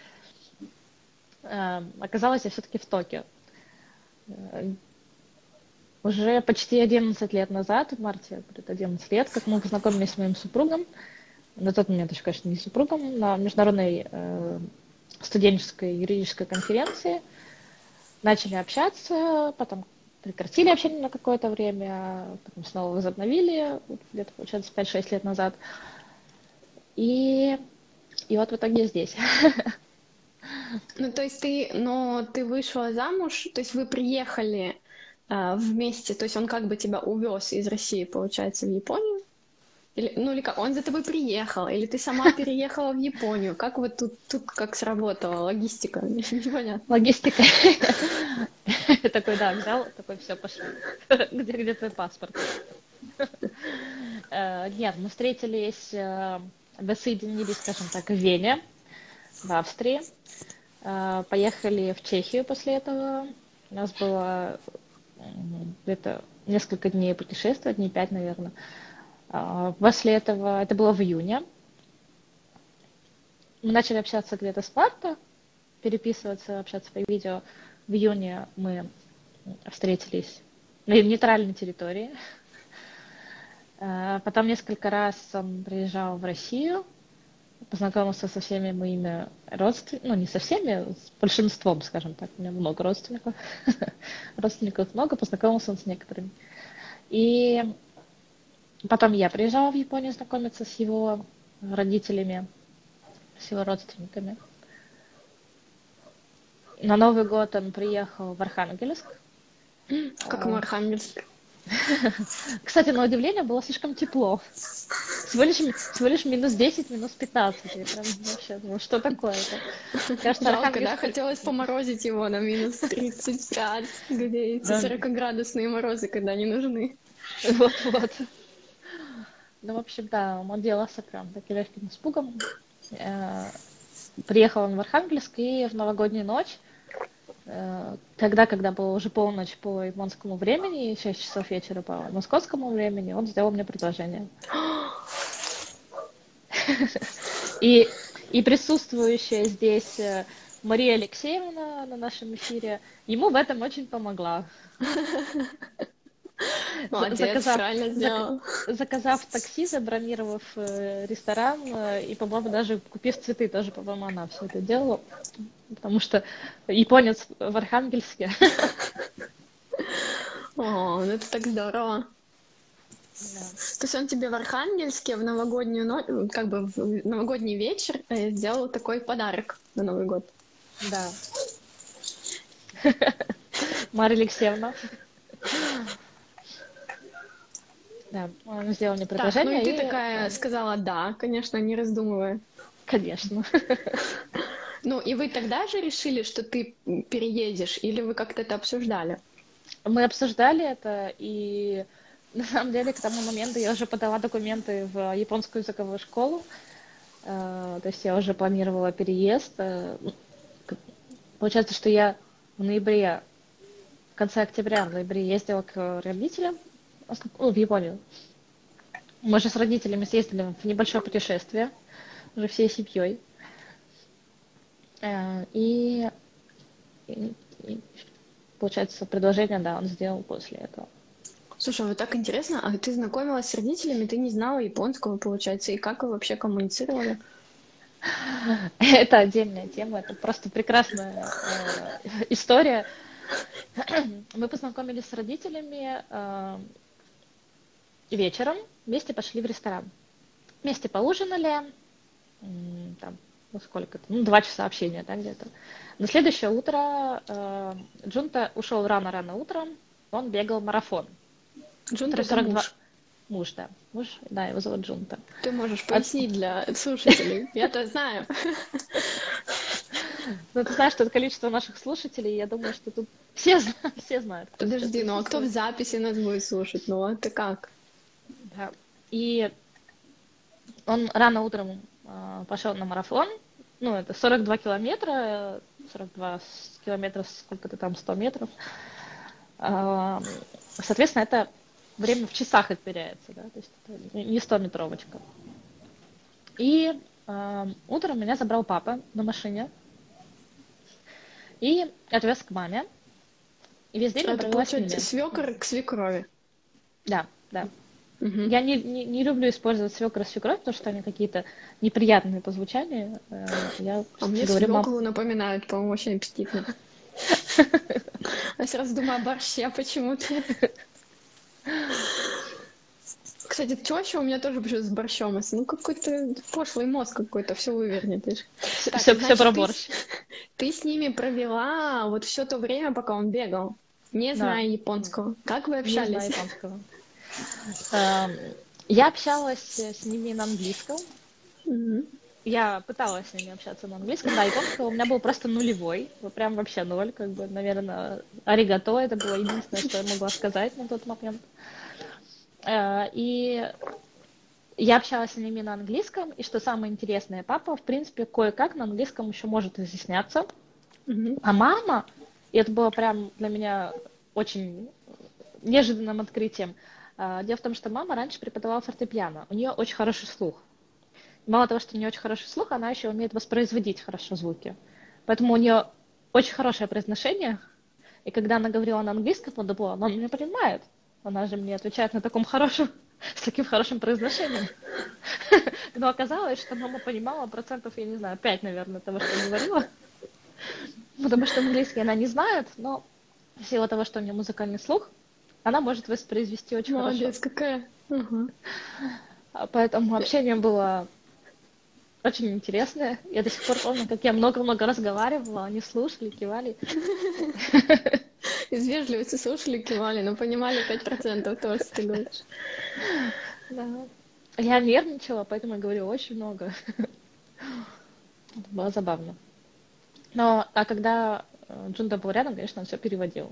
Э, Оказалось, я все-таки в Токио. Э, Уже почти одиннадцать лет назад, в марте будет одиннадцать лет, как мы познакомились с моим супругом, на тот момент еще, конечно, не супругом, на международной э, студенческой юридической конференции. Начали общаться, потом прекратили общение на какое-то время, потом снова возобновили, вот где-то, получается, пять-шесть лет назад. И, и вот в итоге здесь. Ну, то есть ты, но ты вышла замуж, то есть вы приехали а, вместе, то есть он как бы тебя увез из России, получается, в Японию? Или, ну, или как, он за тобой приехал, или ты сама переехала в Японию? Как вот тут, тут как сработала логистика? Непонятно. Логистика. Такой, да, взял, такой, все, пошли. Где, где твой паспорт? Э, Нет, мы встретились, э, воссоединились, скажем так, в Вене, в Австрии. Э, Поехали в Чехию после этого. У нас было м, где-то несколько дней путешествия, дней пять, наверное. А, После этого, это было в июне, мы начали общаться где-то с марта, переписываться, общаться по видео. В июне мы встретились на нейтральной территории. А, Потом несколько раз он приезжал в Россию, познакомился со всеми моими родственниками, ну не со всеми, с большинством, скажем так, у меня много родственников, родственников много, познакомился он с некоторыми. И потом я приезжала в Японию знакомиться с его родителями, с его родственниками. На Новый год он приехал в Архангельск. Как в Архангельске. Кстати, на удивление было слишком тепло. Всего лишь, всего лишь минус десять, минус пятнадцать. Я прям вообще, ну что такое-то? Кажется, Жалко, да? Архангельск... Хотелось поморозить его на минус тридцать пять, где эти Да. сорокаградусные морозы, когда не нужны. Вот-вот. Ну, в общем, да, он отделался прям таким легким испугом. Э, Приехал он в Архангельск, и в новогоднюю ночь, э, тогда, когда была уже полночь по японскому времени, шесть часов вечера по московскому времени, он сделал мне предложение. И, и присутствующая здесь э, Мария Алексеевна на нашем эфире ему в этом очень помогла. За- Молодец, Заказав, правильно зак- сделал. заказав такси, забронировав э, ресторан э, и, по-моему, даже купив цветы, тоже, по-моему, она все это делала, потому что японец в Архангельске. О, ну это так здорово. Да. То есть он тебе в Архангельске в новогоднюю ночь, как бы в новогодний вечер э, сделал такой подарок на Новый год. Да. Мария Алексеевна. Да, он сделал мне Так, ну предложение, и ты и, такая э, сказала да, конечно, не раздумывая. конечно. Ну и вы тогда же решили, что ты м, переедешь, или вы как-то это обсуждали? Мы обсуждали это, и на самом деле к тому моменту я уже подала документы в японскую языковую школу. Э, То есть я уже планировала переезд. Э, ну, к- Получается, что я в ноябре, в конце октября, в ноябре ездила к родителям, осн- ну, в Японию. Мы же с родителями съездили в небольшое путешествие, уже всей семьей. Э, И, и- и, получается, предложение, да, он сделал после этого. Слушай, вот так интересно, а ты знакомилась с родителями, ты не знала японского, получается, и как вы вообще коммуницировали? Это отдельная тема, это просто прекрасная э, история. Мы познакомились с родителями э, вечером, вместе пошли в ресторан. Вместе поужинали, м, там, ну сколько-то, ну два часа общения, да, где-то. На следующее утро э, Джунта ушел рано-рано утром, он бегал марафон, Джунта — который это сорок два... муж. Муж, да, муж, да, его зовут Джунта. Ты можешь От- пояснить для слушателей. Я-то знаю. Ну, ты знаешь, что количество наших слушателей, я думаю, что тут все, зна- все знают, кто сейчас Подожди, ну а кто в присутствует. записи нас будет слушать? Ну а ты как? Да. И он рано утром э, пошел на марафон. Ну, это сорок два километра, сорок два с- километра, сколько-то там, сто метров. А, Соответственно, это время в часах отмеряется, да, то есть это не сто-метровочка. И э, утром меня забрал папа на машине и отвез к маме. И весь день я Это провела с получается ними. свекор к свекрови. Да, да. Мгм. Я не, не, не люблю использовать свекра и свекровь, потому что они какие-то неприятные по звучанию. Э, Я А мне говорю, мам, свеклу напоминают, по-моему, очень аппетитно. Я сразу думаю о борще почему-то. Кстати, теща у меня тоже почему-то с борщом. Ну, какой-то пошлый мозг какой-то, все вывернет. видишь. Так, все, все значит, про ты, борщ. Ты с ними провела вот все то время, пока он бегал, не Да, зная японского. Как вы не общались? знаю японского. Эм, Я общалась с ними на английском. Мгм. Я пыталась с ними общаться на английском. Да, японского у меня был просто нулевой. Вот прям вообще ноль. Как бы, наверное, аригато это было единственное, что я могла сказать на тот момент. Э, И я общалась с ними на английском. И что самое интересное, папа, в принципе, кое-как на английском еще может изъясняться. Мгм. А мама, и это было прям для меня очень неожиданным открытием. А, Дело в том, что мама раньше преподавала фортепиано. У нее очень хороший слух. Мало того, что у нее очень хороший слух, она еще умеет воспроизводить хорошо звуки. Поэтому у нее очень хорошее произношение. И когда она говорила на английском, я думала, она меня понимает. Она же мне отвечает на таком хорошем, с таким хорошим произношением. Но оказалось, что мама понимала процентов, я не знаю, пять, наверное, того, что я говорила. Потому что английский она не знает, но в силу того, что у нее музыкальный слух, она может воспроизвести очень хорошо. Молодец какая. Ага. А Поэтому общение было очень интересное. Я до сих пор помню, как я много-много разговаривала, они слушали, кивали. Из вежливости слушали, кивали, но понимали пять процентов того, что ты говоришь. Да. Я нервничала, поэтому я говорила очень много. Это было забавно. Но а когда э, Джунда был рядом, конечно, он все переводил.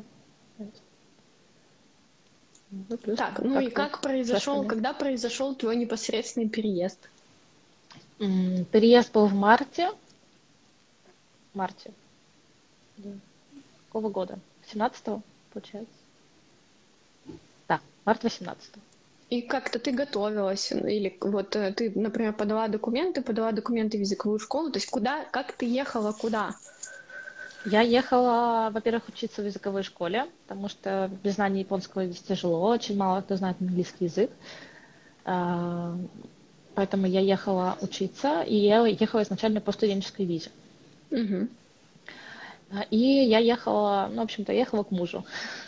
Ну, плюс Так, ну и как-то как с произошел, воспоминанием. когда произошел твой непосредственный переезд? М, Переезд был в марте. Марте. Да. Какого года? семнадцатого, получается? Да, март восемнадцатого. И как-то ты готовилась? Или вот э, ты, например, подала документы, подала документы в языковую школу, то есть куда, как ты ехала, куда? Я ехала, во-первых, учиться в языковой школе, потому что без знания японского здесь тяжело, очень мало кто знает английский язык. А, Поэтому я ехала учиться, и я ехала изначально по студенческой визе. Мгм. А, И я ехала, ну, в общем-то, ехала к мужу.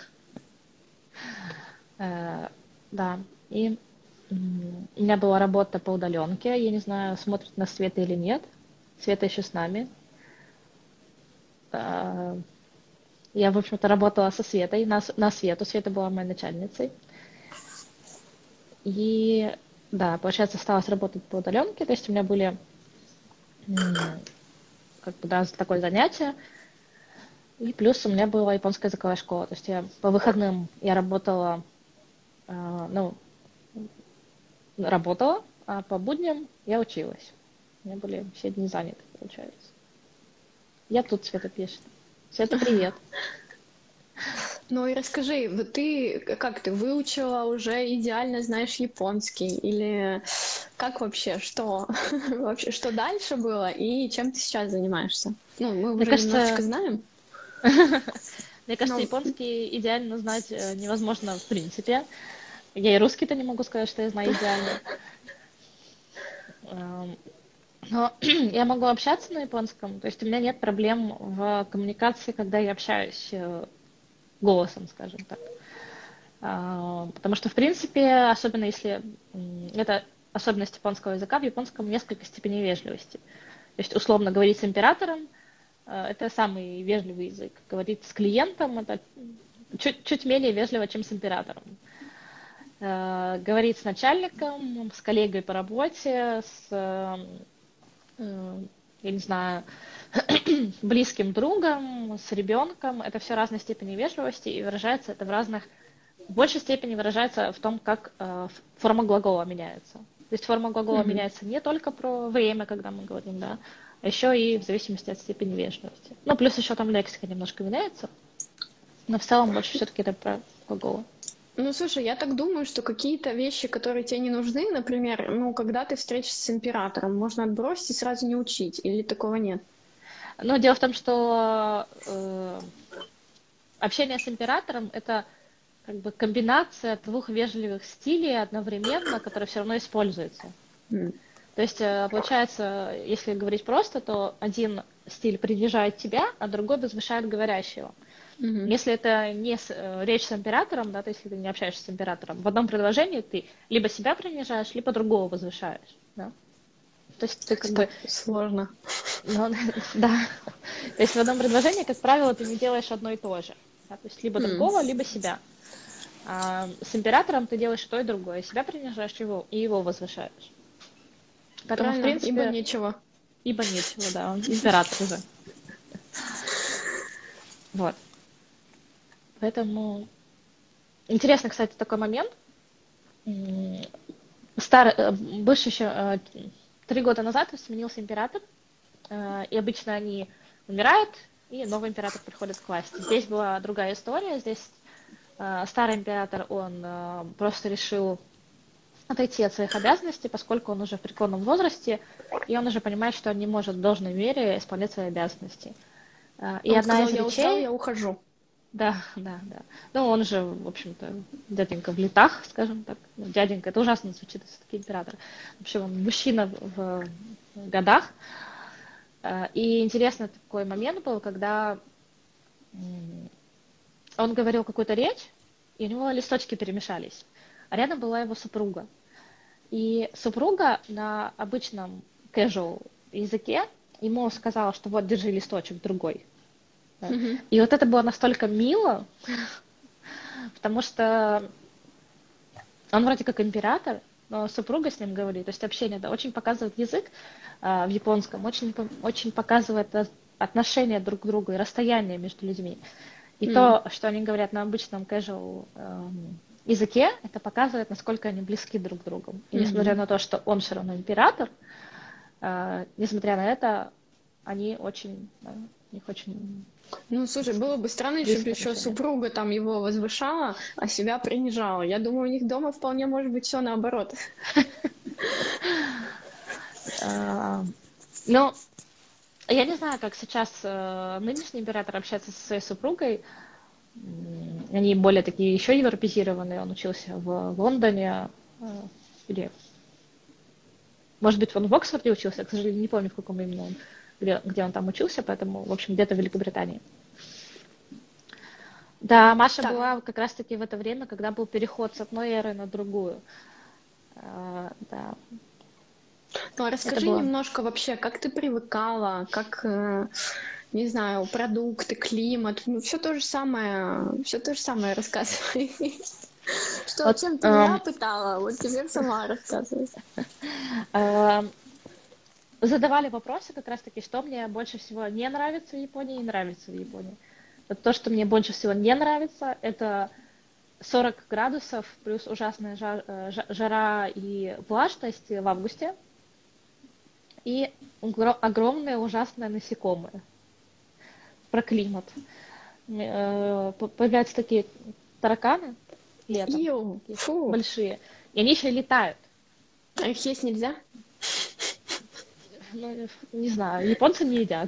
Э, Да, и м, у меня была работа по удаленке. Я не знаю, смотрит нас Света или нет. Света еще с нами. А, Я, в общем-то, работала со Светой, на, с- на Свету. Света была моей начальницей. И да, получается, осталось работать по удаленке. То есть у меня были м, как бы, да, такое занятие. И плюс у меня была японская языковая школа. То есть я по выходным я работала, а, ну, работала, а по будням я училась. У меня были все дни заняты, получается. Я тут, Света пишет. Света, привет. Ну и расскажи, вот ты как ты выучила уже идеально знаешь японский или как вообще, что вообще, что дальше было и чем ты сейчас занимаешься? Ну, мы Мне уже немножечко кажется, знаем, мне кажется, но японский идеально знать э, невозможно в принципе. Я и русский-то не могу сказать, что я знаю идеально. Эм, Но я могу общаться на японском, то есть у меня нет проблем в коммуникации, когда я общаюсь э, голосом, скажем так. А, Потому что, в принципе, особенно если м, это особенность японского языка, в японском несколько степеней вежливости. То есть, условно, говорить с императором э, это самый вежливый язык. Говорить с клиентом это чуть, чуть менее вежливо, чем с императором. Э, Говорить с начальником, с коллегой по работе, с э, э, я не знаю, близким другом, с ребенком. Это все разной степени вежливости, и выражается это в разных, в большей степени выражается в том, как э, форма глагола меняется. То есть форма глагола мгм. меняется не только про время, когда мы говорим, да, а еще и в зависимости от степени вежливости. Ну, плюс еще там лексика немножко меняется, но в целом больше все-таки это про глаголы. Ну, слушай, я так думаю, что какие-то вещи, которые тебе не нужны, например, ну, когда ты встретишься с императором, можно отбросить и сразу не учить, или такого нет? Но дело в том, что э, общение с императором это как бы комбинация двух вежливых стилей одновременно, которые все равно используются. М. То есть, э, получается, если говорить просто, то один стиль принижает тебя, а другой возвышает говорящего. Мгм. Если это не с- э, речь с императором, да, то есть если ты не общаешься с императором, в одном предложении ты либо себя принижаешь, либо другого возвышаешь. Да? То есть ты как бы Стоп, сложно. Ну, да. То есть в одном предложении, как правило, ты не делаешь одно и то же. Да? То есть либо М, другого, либо себя. А с императором ты делаешь то и другое. Себя принижаешь его, и его возвышаешь. Поэтому, в правильно, ибо принципе, нечего. ибо нечего, да, он император уже. Вот. Поэтому интересный, кстати, такой момент. М, Старый, э, бывший еще э, три года назад сменился император, э, и обычно они умирают, и новый император приходит к власти. Здесь была другая история. Здесь э, старый император, он э, просто решил отойти от своих обязанностей, поскольку он уже в преклонном возрасте, и он уже понимает, что он не может в должной мере исполнять свои обязанности. Э, И Он одна сказал, из я устал, речей, я ухожу. да, да, да. Ну, он же, в общем-то, дяденька в летах, скажем так. Ну, дяденька, это ужасно звучит, все-таки император. Вообще, он мужчина в в годах. Э, И интересный такой момент был, когда м, он говорил какую-то речь, и у него листочки перемешались. А рядом была его супруга. И супруга на обычном casual языке ему сказала, что вот, держи листочек другой. Да. Мгм. И вот это было настолько мило, потому что он вроде как император, но супруга с ним говорит, то есть общение, да, очень показывает язык а, в японском, очень, по- очень показывает а, отношения друг к другу и расстояние между людьми. И М, то, что они говорят на обычном casual эм, языке, это показывает, насколько они близки друг к другу. И несмотря мгм. на то, что он все равно император, э, несмотря на это, они очень, да, у них очень, Ну, так слушай, было сказать, бы странно, если бы близкие еще отношения. супруга там его возвышала, а себя принижала. Я думаю, у них дома вполне может быть все наоборот. Э, Ну, я не знаю, как сейчас э, нынешний император общается со своей супругой. М, Они более такие еще европезированные. Он учился в Лондоне. э, Или, может быть, он в Оксфорде учился. Я, к сожалению, не помню, в каком именно он, где, где он там учился. Поэтому, в общем, где-то в Великобритании. Да, Маша Так, была как раз-таки в это время, когда был переход с одной эры на другую. Э, Да, ну а это расскажи было. немножко вообще, как ты привыкала, как, э, не знаю, продукты, климат, ну все то же самое, все то же самое рассказывай. Что, Вот, чем ты меня эм, пытала, вот теперь сама рассказывай. эм, задавали вопросы как раз-таки, что мне больше всего не нравится в Японии и нравится в Японии. Вот то, что мне больше всего не нравится, это сорок градусов плюс ужасная жа- э, жа- жара и влажность в августе и угро- огромные ужасные насекомые. Про климат. Э, по- Появляются такие тараканы летом, Ил, такие фу, большие, и они еще и летают. а их есть нельзя? Ну, не знаю, японцы не едят.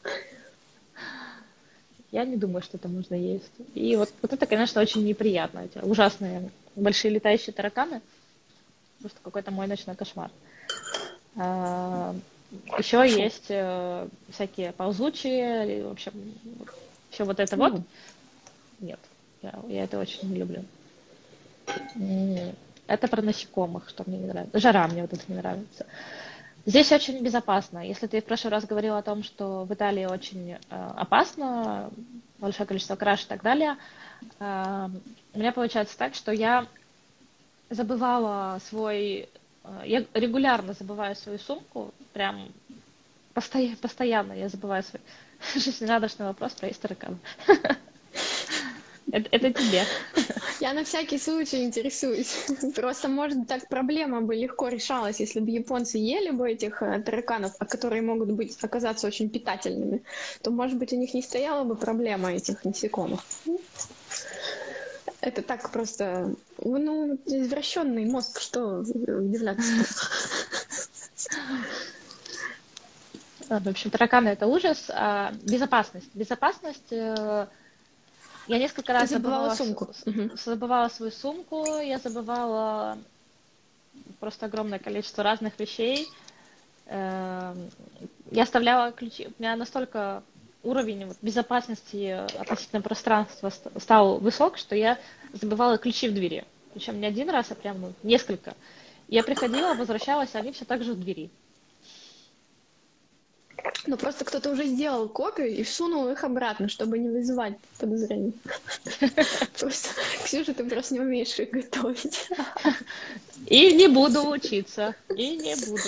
Я не думаю, что это можно есть. И вот, вот это, конечно, очень неприятно. Эти ужасные большие летающие тараканы. Просто какой-то мой ночной кошмар. А, еще Фу. есть э, всякие ползучие, и, в общем, все вот это вот. М. Нет, я, я это очень не люблю. М, Это про насекомых, что мне не нравится. Жара мне вот это не нравится. Здесь очень безопасно. Если ты в прошлый раз говорил о том, что в Италии очень э, опасно, большое количество краж и так далее, э, у меня получается так, что я забывала свой... э, Я регулярно забываю свою сумку, прям постоянно, постоянно я забываю свой жизнерадостный вопрос про таракан. Это, это тебе. Я на всякий случай интересуюсь. Просто, может, так проблема бы легко решалась, если бы японцы ели бы этих э, тараканов, а которые могут быть, оказаться очень питательными, то, может быть, у них не стояла бы проблема этих насекомых. Это так просто, ну, извращенный мозг, что удивляться-то. Э, В общем, тараканы это ужас. А безопасность. Безопасность. э, Я несколько Ты раз забывала забывала, с- сумку. Мгм. с- забывала свою сумку, я забывала просто огромное количество разных вещей. Эм, Я оставляла ключи. У меня настолько уровень вот безопасности относительно пространства ст- стал высок, что я забывала ключи в двери. Причем не один раз, а прям ну, несколько. Я приходила, возвращалась, а они все так же в двери. Ну, просто кто-то уже сделал копию и всунул их обратно, чтобы не вызывать подозрений. Просто, Ксюша, ты просто не умеешь их готовить. И не буду учиться. И не буду.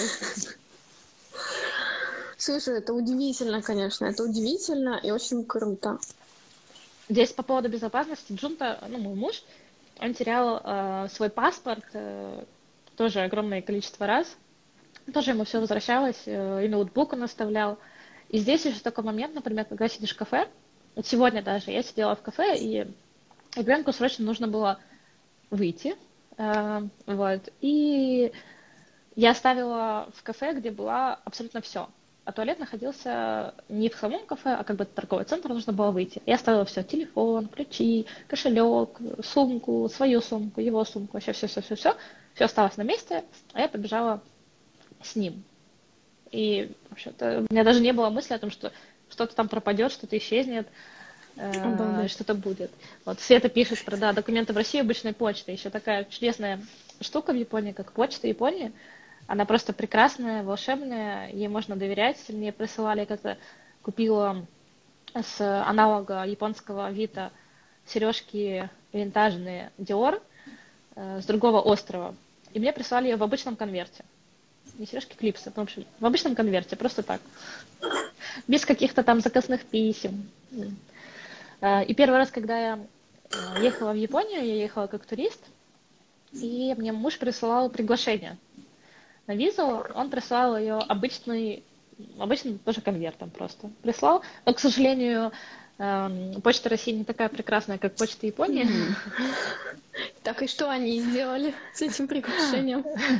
Слушай, это удивительно, конечно. Это удивительно и очень круто. Здесь по поводу безопасности Джунта, ну, мой муж, он терял э, свой паспорт э, тоже огромное количество раз. Тоже ему все возвращалось, э, и ноутбук он оставлял. И здесь еще такой момент, например, когда сидишь в кафе, вот сегодня даже я сидела в кафе, и ребенку срочно нужно было выйти, э, вот, и я оставила в кафе, где была абсолютно все. А туалет находился не в самом кафе, а как бы торговый центр, нужно было выйти. Я оставила все: телефон, ключи, кошелек, сумку, свою сумку, его сумку, вообще все-все-все-все. Все осталось на месте, а я побежала с ним. И вообще-то у меня даже не было мысли о том, что что-то там пропадет, что-то исчезнет, э, что-то будет. Вот Света пишет про, да, документы в России обычной почты. Еще такая чудесная штука в Японии, как почта Японии. Она просто прекрасная, волшебная, ей можно доверять. Мне присылали, как-то купила с аналога японского Авито сережки винтажные Dior э, с другого острова. И мне прислали ее в обычном конверте. Не сережки, клипсы, в общем, в обычном конверте, просто так. Без каких-то там заказных писем. И первый раз, когда я ехала в Японию, я ехала как турист, и мне муж присылал приглашение на визу. Он прислал ее обычный, обычным тоже конвертом просто. Прислал, но, к сожалению, почта России не такая прекрасная, как почта Японии. Так, и что они сделали с этим приглашением?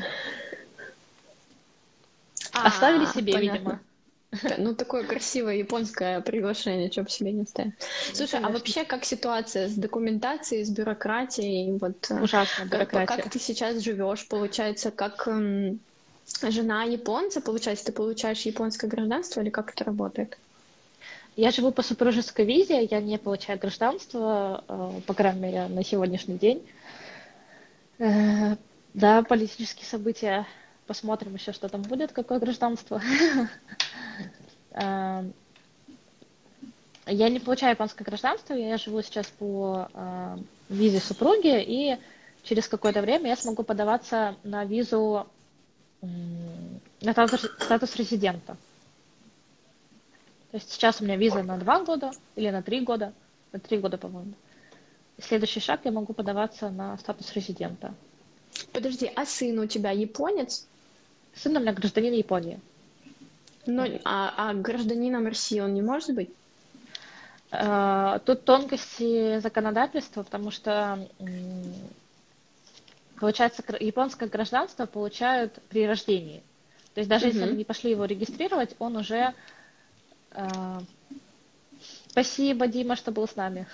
Оставили себе, понятно. Видимо. Ну, такое красивое японское приглашение, что бы себе не ставить. Слушай, ну, а вообще как ситуация с документацией, с бюрократией? Вот, ужасно, бюрократия. Как, как ты сейчас живешь? Получается, как эм, жена японца, получается, ты получаешь японское гражданство или как это работает? Я живу по супружеской визе, я не получаю гражданство, по крайней мере, на сегодняшний день. Да, политические события. Посмотрим еще, что там будет, какое гражданство. Я не получаю японское гражданство, я живу сейчас по визе супруги, и через какое-то время я смогу подаваться на визу, на статус резидента. То есть сейчас у меня виза на два года или на три года, на три года, по-моему. И следующий шаг, я могу подаваться на статус резидента. Подожди, а сын у тебя японец? Сын у меня гражданин Японии. Ну, а, а гражданином России он не может быть? Тут тонкости законодательства, потому что, получается, японское гражданство получают при рождении. То есть даже угу. если они не пошли его регистрировать, он уже... Спасибо, Дима, что был с нами.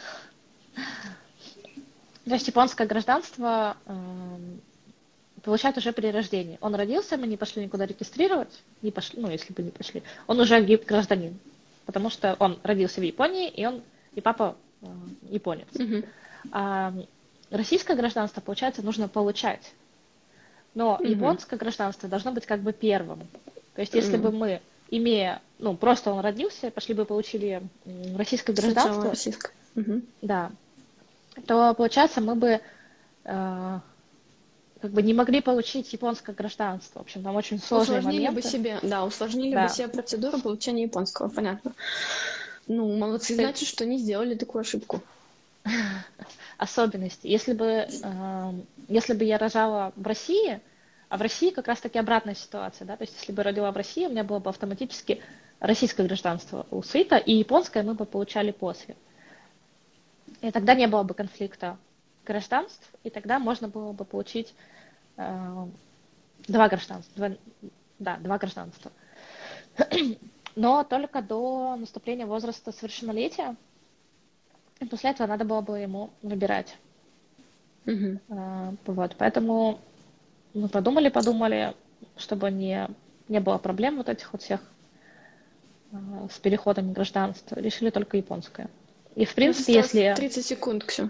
То есть японское гражданство получают уже при рождении. Он родился, мы не пошли никуда регистрировать, не пошли, ну, если бы не пошли, он уже гражданин, потому что он родился в Японии, и он, и папа э, японец. Uh-huh. А российское гражданство, получается, нужно получать. Но uh-huh. японское гражданство должно быть как бы первым. То есть если uh-huh. бы мы, имея, ну, просто он родился, пошли бы получили российское гражданство, российское. Uh-huh. Да, то, получается, мы бы э, как бы не могли получить японское гражданство. В общем, там очень сложные усложнили моменты. бы себе, да, усложнили да. бы себе процедуру получения японского, понятно. Ну, молодцы, значит, что не сделали такую ошибку. Особенности. Если бы, э, если бы я рожала в России, а в России как раз-таки обратная ситуация, да, то есть если бы я родила в России, у меня было бы автоматически российское гражданство у Сыта, и японское мы бы получали после. И тогда не было бы конфликта гражданств, и тогда можно было бы получить э, два гражданства. Два, да, два гражданства. Но только до наступления возраста совершеннолетия. И после этого надо было бы ему выбирать. Mm-hmm. Э, вот, поэтому мы подумали, подумали, чтобы не, не было проблем вот этих вот всех э, с переходом гражданства. Решили только японское. И в принципе, если... тридцать секунд, Ксю.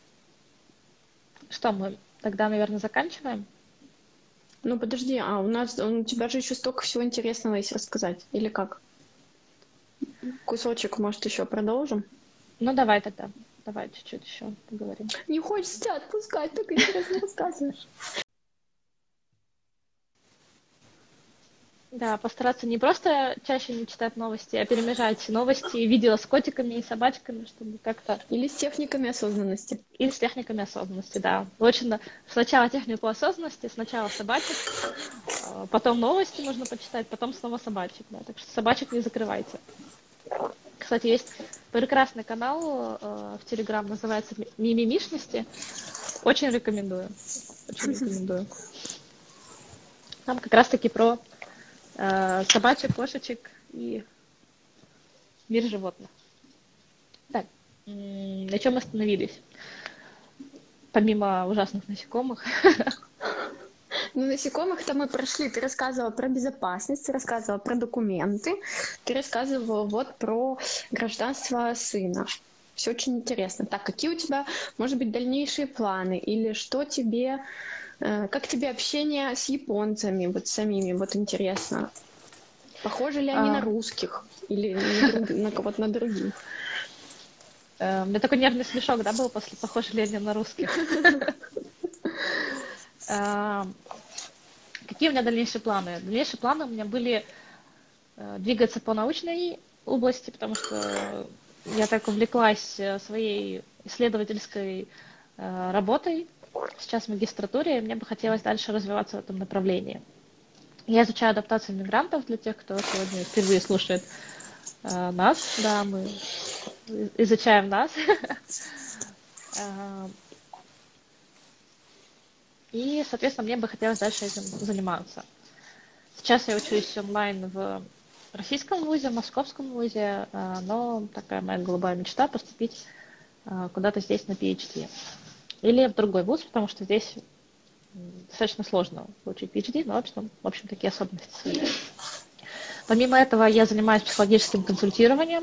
Что, мы тогда, наверное, заканчиваем? Ну, подожди, а у нас, у тебя же еще столько всего интересного есть рассказать, или как? Кусочек, может, еще продолжим? Ну, давай тогда. Давай чуть-чуть еще поговорим. Не хочется тебя отпускать, так интересно рассказываешь. Да, постараться не просто чаще не читать новости, а перемежать новости и видео с котиками и собачками, чтобы как-то... Или с техниками осознанности. Или с техниками осознанности, да. Очень сначала технику осознанности, сначала собачек, потом новости можно почитать, потом снова собачек, да. Так что собачек не закрывайте. Кстати, есть прекрасный канал э, в Телеграм, называется «Мимимишности». Очень рекомендую. Очень рекомендую. Там как раз-таки про э, собачек, кошечек и мир животных. Так, на чем мы остановились? Помимо ужасных насекомых. Ну, насекомых-то мы прошли. Ты рассказывала про безопасность, ты рассказывала про документы, ты рассказывала вот про гражданство сына. Все очень интересно. Так, какие у тебя, может быть, дальнейшие планы? Или что тебе, э, как тебе общение с японцами, вот самими, вот интересно. Похожи ли они А... на русских? Или на, друг, на кого-то на других? Uh, у меня такой нервный смешок, да, был после «Похожи ли они на русских?» uh, Какие у меня дальнейшие планы? Дальнейшие планы у меня были uh, двигаться по научной области, потому что я так увлеклась своей исследовательской uh, работой, сейчас в магистратуре, и мне бы хотелось дальше развиваться в этом направлении. Я изучаю адаптацию мигрантов для тех, кто сегодня впервые слушает uh, нас, да, мы изучаем нас. И, соответственно, мне бы хотелось дальше этим заниматься. Сейчас я учусь онлайн в российском вузе, в московском вузе, но такая моя голубая мечта поступить куда-то здесь на пи эйч ди. Или в другой вуз, потому что здесь достаточно сложно получить пи эйч ди, но, в общем, в общем такие особенности свои. Помимо этого, я занимаюсь психологическим консультированием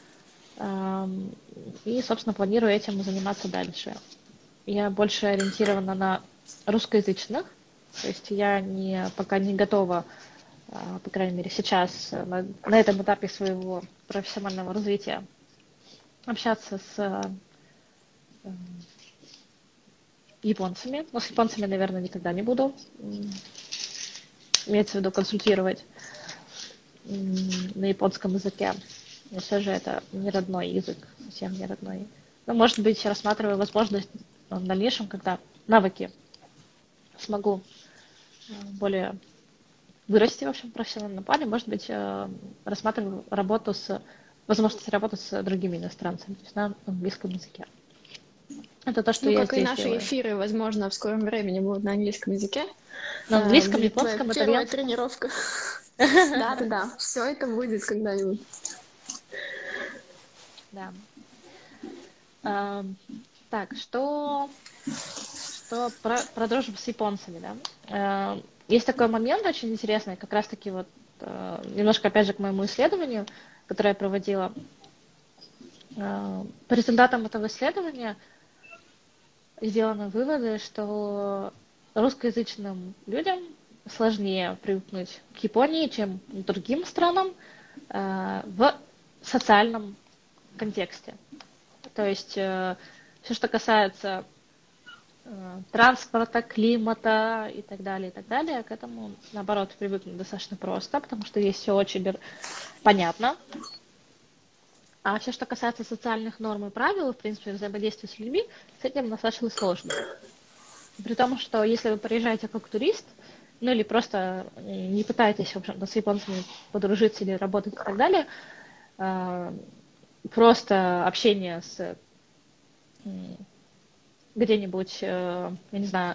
и, собственно, планирую этим заниматься дальше. Я больше ориентирована на русскоязычных, то есть я не, пока не готова, по крайней мере сейчас, на, на этом этапе своего профессионального развития общаться с э, японцами. Но с японцами, наверное, никогда не буду. Имеется в виду консультировать на японском языке. Но все же это не родной язык, совсем не родной. Но, может быть, рассматриваю возможность в дальнейшем, когда навыки смогу более вырасти, в общем, в профессиональном плане, может быть, рассматриваю работу с возможность работать с другими иностранцами, то есть на английском языке. Это то, что ну, я как здесь и наши делаю. Эфиры, возможно, в скором времени будут на английском языке. На английском, а, японском, первая итальянском. тренировка. Да-да-да, все это будет когда-нибудь. Да. А, так, что, что про, про дружбу с японцами, да? А, есть такой момент очень интересный, как раз-таки вот а, немножко, опять же, к моему исследованию, которое я проводила. А, по результатам этого исследования сделаны выводы, что русскоязычным людям сложнее привыкнуть к Японии, чем другим странам э, в социальном контексте. То есть э, все, что касается э, транспорта, климата и так далее, и так далее, к этому, наоборот, привыкнуть достаточно просто, потому что здесь все очень понятно. А все, что касается социальных норм и правил, в принципе, взаимодействия с людьми, с этим достаточно сложно. При том, что если вы приезжаете как турист, ну или просто не пытаетесь, в общем-то, с японцами подружиться или работать и так далее, просто общение с где-нибудь, я не знаю,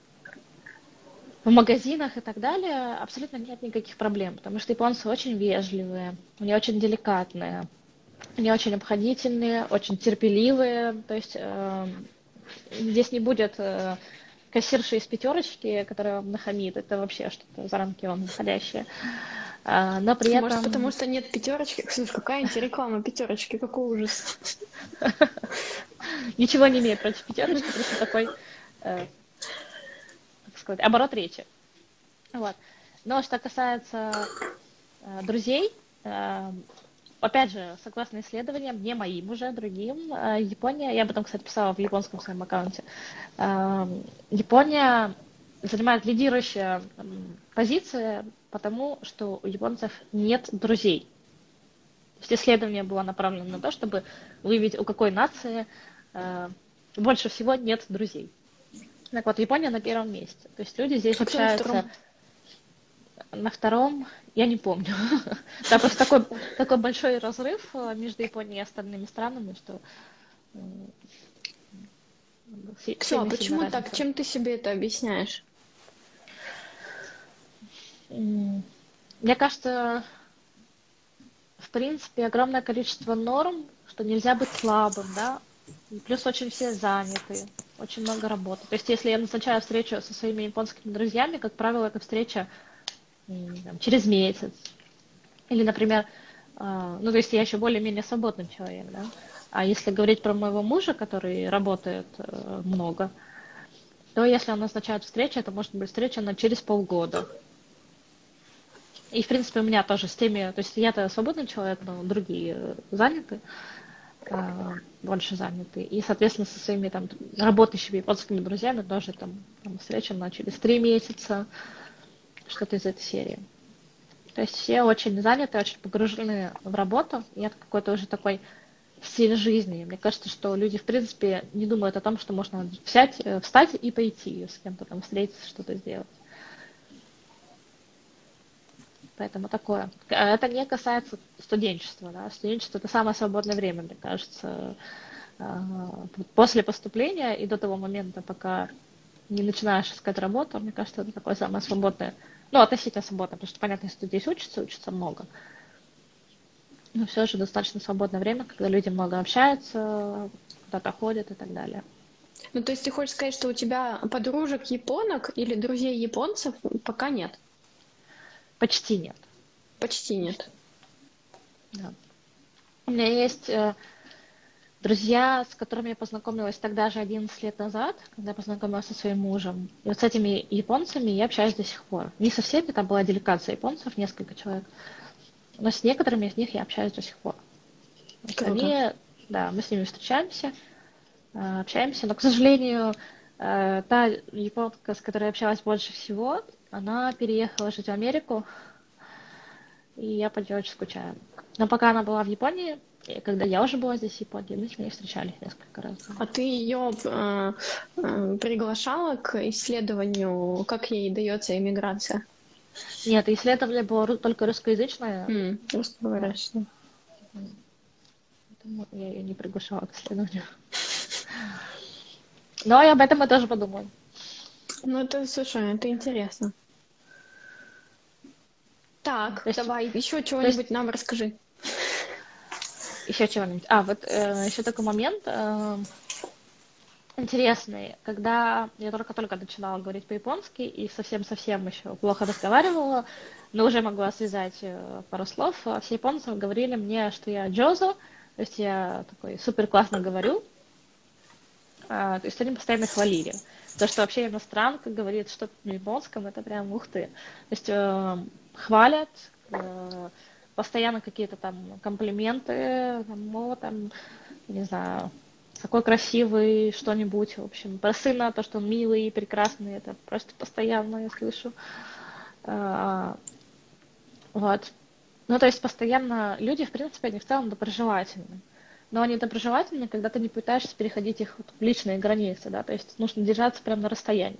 в магазинах и так далее, абсолютно нет никаких проблем, потому что японцы очень вежливые, они очень деликатные, они очень обходительные, очень терпеливые, то есть э, здесь не будет э, кассирши из пятерочки, которая вам нахамит, это вообще что-то за рамки он выходящее. А, но при Может, этом... потому что нет пятерочки? Слушай, какая-нибудь реклама пятерочки, какой ужас. Ничего не имею против пятерочки, просто такой, как сказать, оборот речи. Вот. Но что касается друзей, опять же, согласно исследованиям, не моим уже, другим, э, Япония, я об этом, кстати, писала в японском своем аккаунте, э, Япония занимает лидирующие м, позиции, потому что у японцев нет друзей. То есть исследование было направлено на то, чтобы выявить, у какой нации э, больше всего нет друзей. Так вот, Япония на первом месте. То есть люди здесь А кто на общаются втором? на втором, я не помню. Да, просто такой, такой большой разрыв э, между Японией и остальными странами, что м, си- Ксё, а сильно-сильно почему так? разница. Чем ты себе это объясняешь? М, Мне кажется, в принципе, огромное количество норм, что нельзя быть слабым, да, и плюс очень все заняты, очень много работы. То есть, если я назначаю встречу со своими японскими друзьями, как правило, это встреча м, там, через месяц. Или, например, а, ну, то есть я еще более-менее свободный человек, да. А если говорить про моего мужа, который работает э, много, то если он назначает встречу, это может быть встреча на через полгода. И, в принципе, у меня тоже с теми, то есть я-то свободный человек, но другие э, заняты, э, больше заняты. И, соответственно, со своими там работающими японскими друзьями тоже там, там встреча на через три месяца, что-то из этой серии. То есть все очень заняты, очень погружены в работу, и это какой-то уже такой стиль жизни. Мне кажется, что люди, в принципе, не думают о том, что можно взять, э, встать и пойти с кем-то там встретиться, что-то сделать. Поэтому такое. А это не касается студенчества. Да? Студенчество — это самое свободное время, мне кажется, а, после поступления и до того момента, пока не начинаешь искать работу, мне кажется, это такое самое свободное. Ну, относительно свободное, потому что, понятно, если здесь учатся, учатся много. Но все же достаточно свободное время, когда люди много общаются, куда-то ходят и так далее. Ну, то есть ты хочешь сказать, что у тебя подружек японок или друзей японцев пока нет? Почти нет. Почти Почти. нет. Да. У меня есть э, друзья, с которыми я познакомилась тогда же одиннадцать лет назад, когда я познакомилась со своим мужем. И вот с этими японцами я общаюсь до сих пор. Не со всеми, там была делегация японцев, несколько человек, но с некоторыми из них я общаюсь до сих пор. То есть Круто. они, да, мы с ними встречаемся, э, общаемся, но, к сожалению, э, та японка, с которой я общалась больше всего, она переехала жить в Америку, и я по ней очень скучаю. Но пока она была в Японии, и когда я уже была здесь в Японии, мы с ней встречались несколько раз. Да. А ты ее э, э, приглашала к исследованию, как ей дается иммиграция? Нет, исследование было ру- только русскоязычное, М, да, русскоговорящая. поэтому я ее не приглашала к исследованию. Но и об этом мы тоже подумаем. Ну, это, слушай, это интересно. Так, То есть, давай, еще то есть чего-нибудь нам расскажи. еще чего-нибудь. А, вот э, еще такой момент э, интересный. Когда я только-только начинала говорить по-японски и совсем-совсем еще плохо разговаривала, но уже могла связать э, пару слов, а все японцы говорили мне, что я джозо, то есть я такой супер классно говорю. А, то есть они постоянно хвалили. То, что вообще иностранка говорит что-то на японском, это прям ух ты. То есть э, хвалят, э, постоянно какие-то там комплименты, там, о, там, не знаю, какой красивый, что-нибудь, в общем. Про сына, то, что он милый, прекрасный, это просто постоянно я слышу. А, вот. Ну, то есть постоянно люди, в принципе, они в целом доброжелательны. Но они доброжелательны, когда ты не пытаешься переходить их вот личные границы, да, то есть нужно держаться прямо на расстоянии.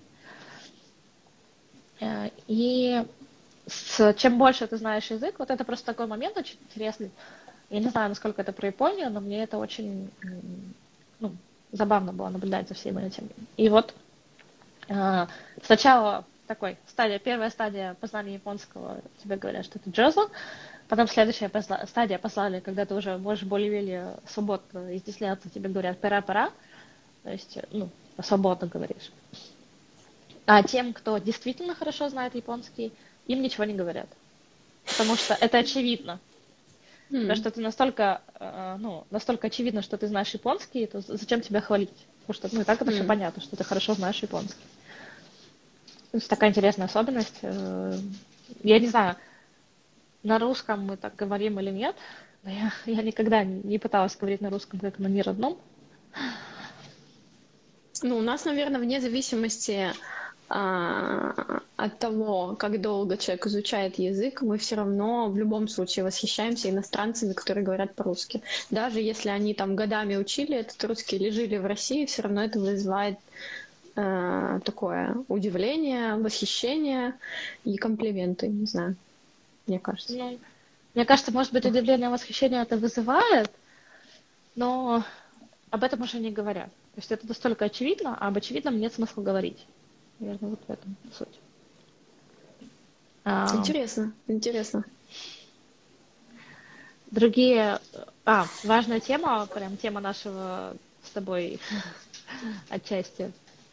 Э, И с, чем больше ты знаешь язык, вот это просто такой момент очень интересный. Я не знаю, насколько это про Японию, но мне это очень м, ну, забавно было наблюдать за всем этим. И вот э, сначала такой стадия, первая стадия познания японского, тебе говорят, что это джозо, потом следующая посла- стадия послали, когда ты уже можешь более-менее свободно изъясняться, тебе говорят пора-пора, то есть, ну, свободно говоришь. А тем, кто действительно хорошо знает японский, им ничего не говорят. Потому что это очевидно. Потому М, что ты настолько, э, ну, настолько очевидно, что ты знаешь японский, то зачем тебя хвалить? Потому что, ну, и так это все м. понятно, что ты хорошо знаешь японский. То есть такая интересная особенность. Э, Я не знаю, на русском мы так говорим или нет, Я, я никогда не пыталась говорить на русском как на неродном. Ну, у нас, наверное, вне зависимости а, от того, как долго человек изучает язык, мы все равно в любом случае восхищаемся иностранцами, которые говорят по-русски. Даже если они там годами учили этот русский или жили в России, все равно это вызывает а, такое удивление, восхищение и комплименты, не знаю, мне кажется. Ну, мне кажется, может быть, удивление, восхищение это вызывает, но об этом уже не говорят. То есть это настолько очевидно, а об очевидном нет смысла говорить. Наверное, вот в этом суть. А, Интересно, интересно. другие... А, важная тема, прям тема нашего с тобой отчасти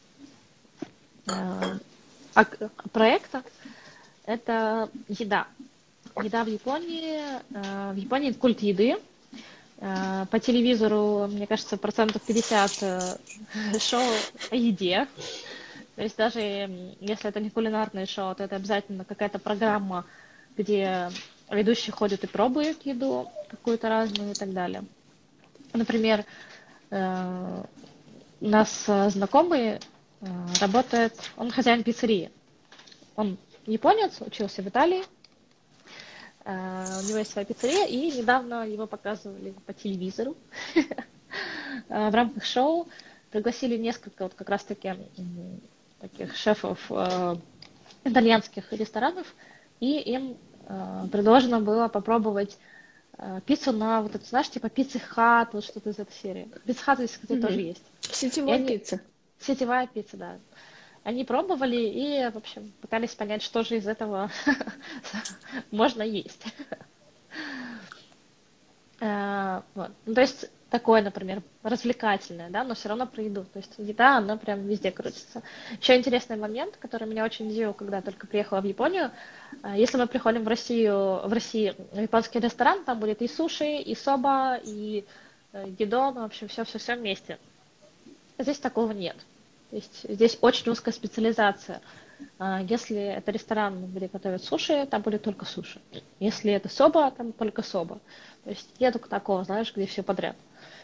а, ак- проекта, это еда. Еда в Японии. а, В Японии культ еды. А, По телевизору, мне кажется, процентов пятьдесят э, шоу о еде. То есть даже м, если это не кулинарное шоу, то это обязательно какая-то программа, где ведущий ходит и пробует еду какую-то разную и так далее. Например, э, у нас э, знакомый э, работает, он хозяин пиццерии. Он японец, учился в Италии, э, у него есть своя пиццерия, и недавно его показывали по телевизору э, в рамках шоу. Пригласили несколько вот как раз-таки м, таких шефов э, итальянских ресторанов, и им э, предложено было попробовать э, пиццу на вот это, знаешь, типа пиццы хат, вот что-то из этой серии. Пицца хат здесь, кстати, тоже Мгм. есть. И Сетевой они... пицца. Сетевая пицца, да. Они пробовали и, в общем, пытались понять, что же из этого можно есть. Э, вот. Ну, то есть такое, например, развлекательное, да, но все равно про еду. То есть еда, она прям везде крутится. Еще интересный момент, который меня очень удивил, когда я только приехала в Японию. Э, Если мы приходим в Россию, в России в японский ресторан, там будет и суши, и соба, и э, гидо, ну, в общем, все-все-все вместе. Здесь такого нет. То есть здесь очень узкая специализация. А, Если это ресторан, где готовят суши, там будет только суши. Если это соба, там только соба. То есть нету такого, знаешь, где все подряд.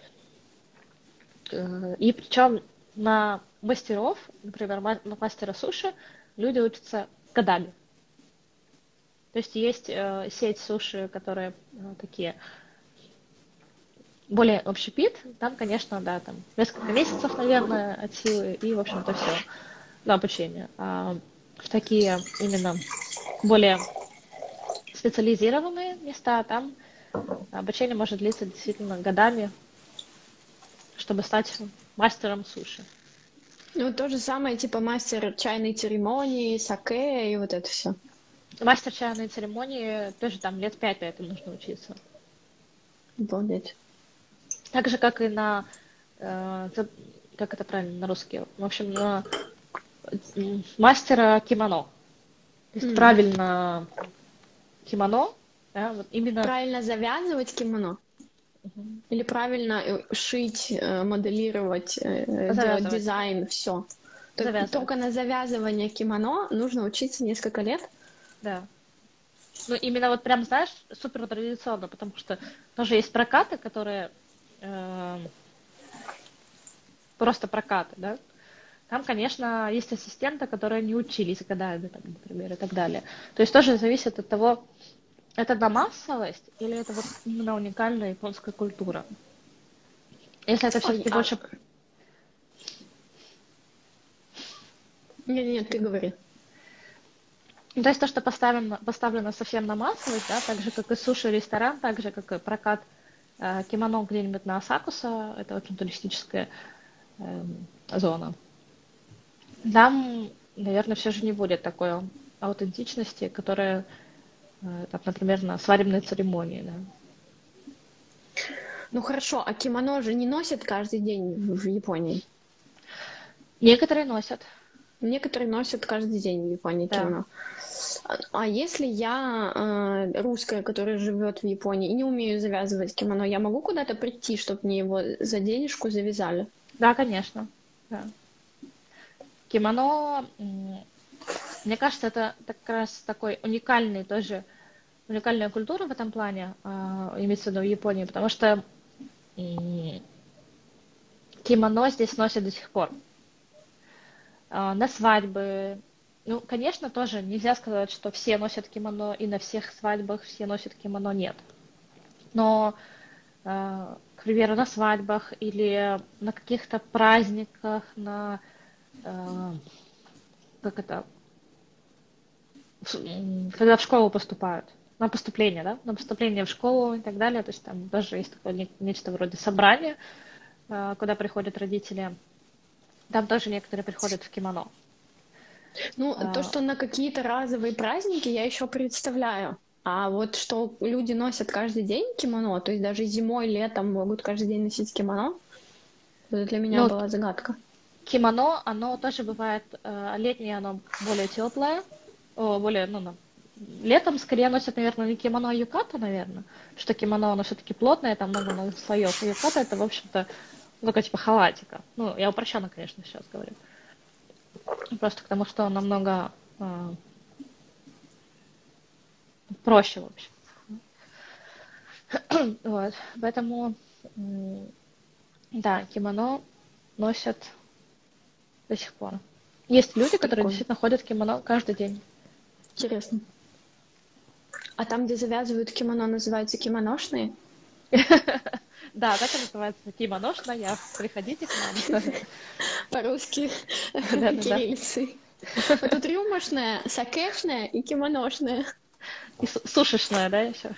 Э, И причем на мастеров, например, ма- на мастера суши, люди учатся годами. То есть есть э, сеть суши, которые э, такие более общепит, там, конечно, да, там несколько месяцев, наверное, от силы, и, в общем-то, все на обучение. А в такие именно более специализированные места, там обучение может длиться действительно годами, чтобы стать мастером суши. Ну, то же самое, типа мастер чайной церемонии, саке и вот это все. Мастер чайной церемонии тоже там лет пять на этом нужно учиться. Обалдеть. Так же, как и на, э, за- как это правильно на русский, в общем, на м, мастера кимоно. То есть М. правильно кимоно, да, вот именно Правильно завязывать кимоно мгм, или правильно э, шить, э, моделировать, э, делать завязывать, дизайн, все. завязывать, Только на завязывание кимоно нужно учиться несколько лет. да. Ну, именно вот прям, знаешь, супер традиционно, потому что тоже есть прокаты, которые э, просто прокаты, да. Там, конечно, есть ассистенты, которые не учились годами, там, например, и так далее. То есть тоже зависит от того, это на массовость или это вот именно уникальная японская культура. Если это Ой, все-таки а... больше... Нет, нет, ты говори. Ну, то есть то, что поставлено, поставлено совсем на массовость, да, так же, как и суши-ресторан, так же, как и прокат э, кимоно где-нибудь на Асакуса, это очень туристическая эм, зона. Там, наверное, все же не будет такой аутентичности, которая, э, там, например, на свадебной церемонии, да. Ну хорошо, а кимоно же не носят каждый день в Японии. Некоторые носят, Некоторые носят каждый день в Японии да. кимоно. А а если я э, русская, которая живет в Японии и не умею завязывать кимоно, я могу куда-то прийти, чтобы мне его за денежку завязали? Да, конечно, да. Кимоно, м, мне кажется, это так как раз такой уникальный тоже уникальная культура в этом плане, а, имеется в виду в Японии, потому что м, кимоно здесь носят до сих пор. А, На свадьбы, ну, конечно, тоже нельзя сказать, что все носят кимоно, и на всех свадьбах все носят кимоно, нет. Но, а, к примеру, на свадьбах или на каких-то праздниках, на, а, как это, в- м, когда в школу поступают, на поступление, да, на поступление в школу и так далее, то есть там даже есть такое не- нечто вроде собрания, а, куда приходят родители, там тоже некоторые приходят в кимоно. Ну, то, А, что на какие-то разовые праздники, я еще представляю. А вот что люди носят каждый день кимоно, то есть даже зимой, летом могут каждый день носить кимоно, это для меня Ну, была загадка. кимоно, оно тоже бывает, э, летнее, оно более теплое, о, более, ну, на- летом скорее носят, наверное, не кимоно, а юката, наверное, что кимоно, оно все-таки плотное, там много-много слоев, а юката это, в общем-то, ну, такая типа халатика. Ну, я упрощенно, конечно, сейчас говорю. Просто потому, что он намного э, проще, в общем. Вот. Поэтому, м, да, кимоно носят до сих пор. Есть люди, которые Прикольно. действительно ходят в кимоно каждый день. Интересно. А там, где завязывают кимоно, называются кимоношные? Да, так и называется кимоношная. Приходите к нам. По-русски Да-да-да. кириллицей. Вот тут рюмошная, сакешная и кимоношная. И су- сушечная, да, еще?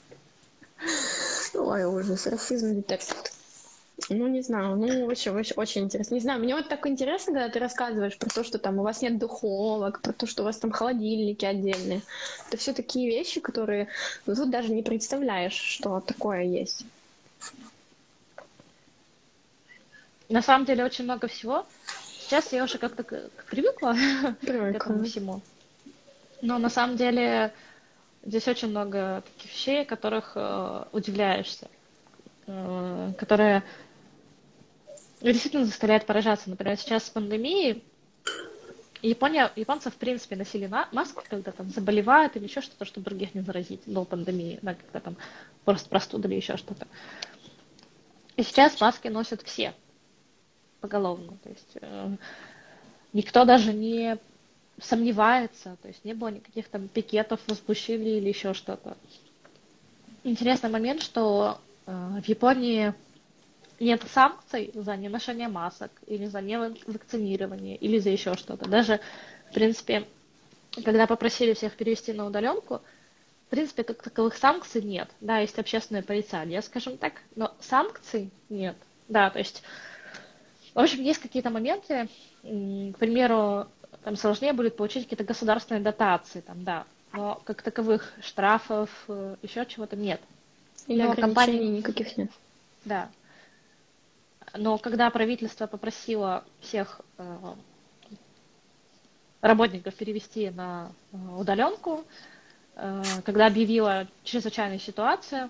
Ой, ужас, расизм детектор. Ну, не знаю, ну, вообще, вообще очень интересно. Не знаю, мне вот так интересно, когда ты рассказываешь про то, что там у вас нет духовок, про то, что у вас там холодильники отдельные. Это все такие вещи, которые ну, тут даже не представляешь, что такое есть. На самом деле очень много всего. Сейчас я уже как-то к- привыкла к этому Привыкла. всему. Но на самом деле здесь очень много таких вещей, которых э, удивляешься, э, которые действительно заставляют поражаться. Например, сейчас с пандемией Япония, японцы, в принципе, носили на- маски, когда там заболевают или еще что-то, чтобы других не заразить до пандемии, да, когда там просто простуда или еще что-то. И сейчас маски носят все поголовно. То есть э, никто даже не сомневается, то есть не было никаких там пикетов, возмущений или еще что-то. Интересный момент, что э, в Японии нет санкций за неношение масок или за невакцинирование или за еще что-то. Даже, в принципе, когда попросили всех перевести на удаленку, в принципе, как таковых санкций нет. Да, есть общественное порицание, скажем так, но санкций нет. Да, то есть, в общем, есть какие-то моменты, м, к примеру, там сложнее будет получить какие-то государственные дотации, там, да, но как таковых штрафов, э, еще чего-то нет. Или Но компании, ограничений никаких нет. да, но когда правительство попросило всех э, работников перевести на э, удаленку, э, когда объявила чрезвычайная ситуация,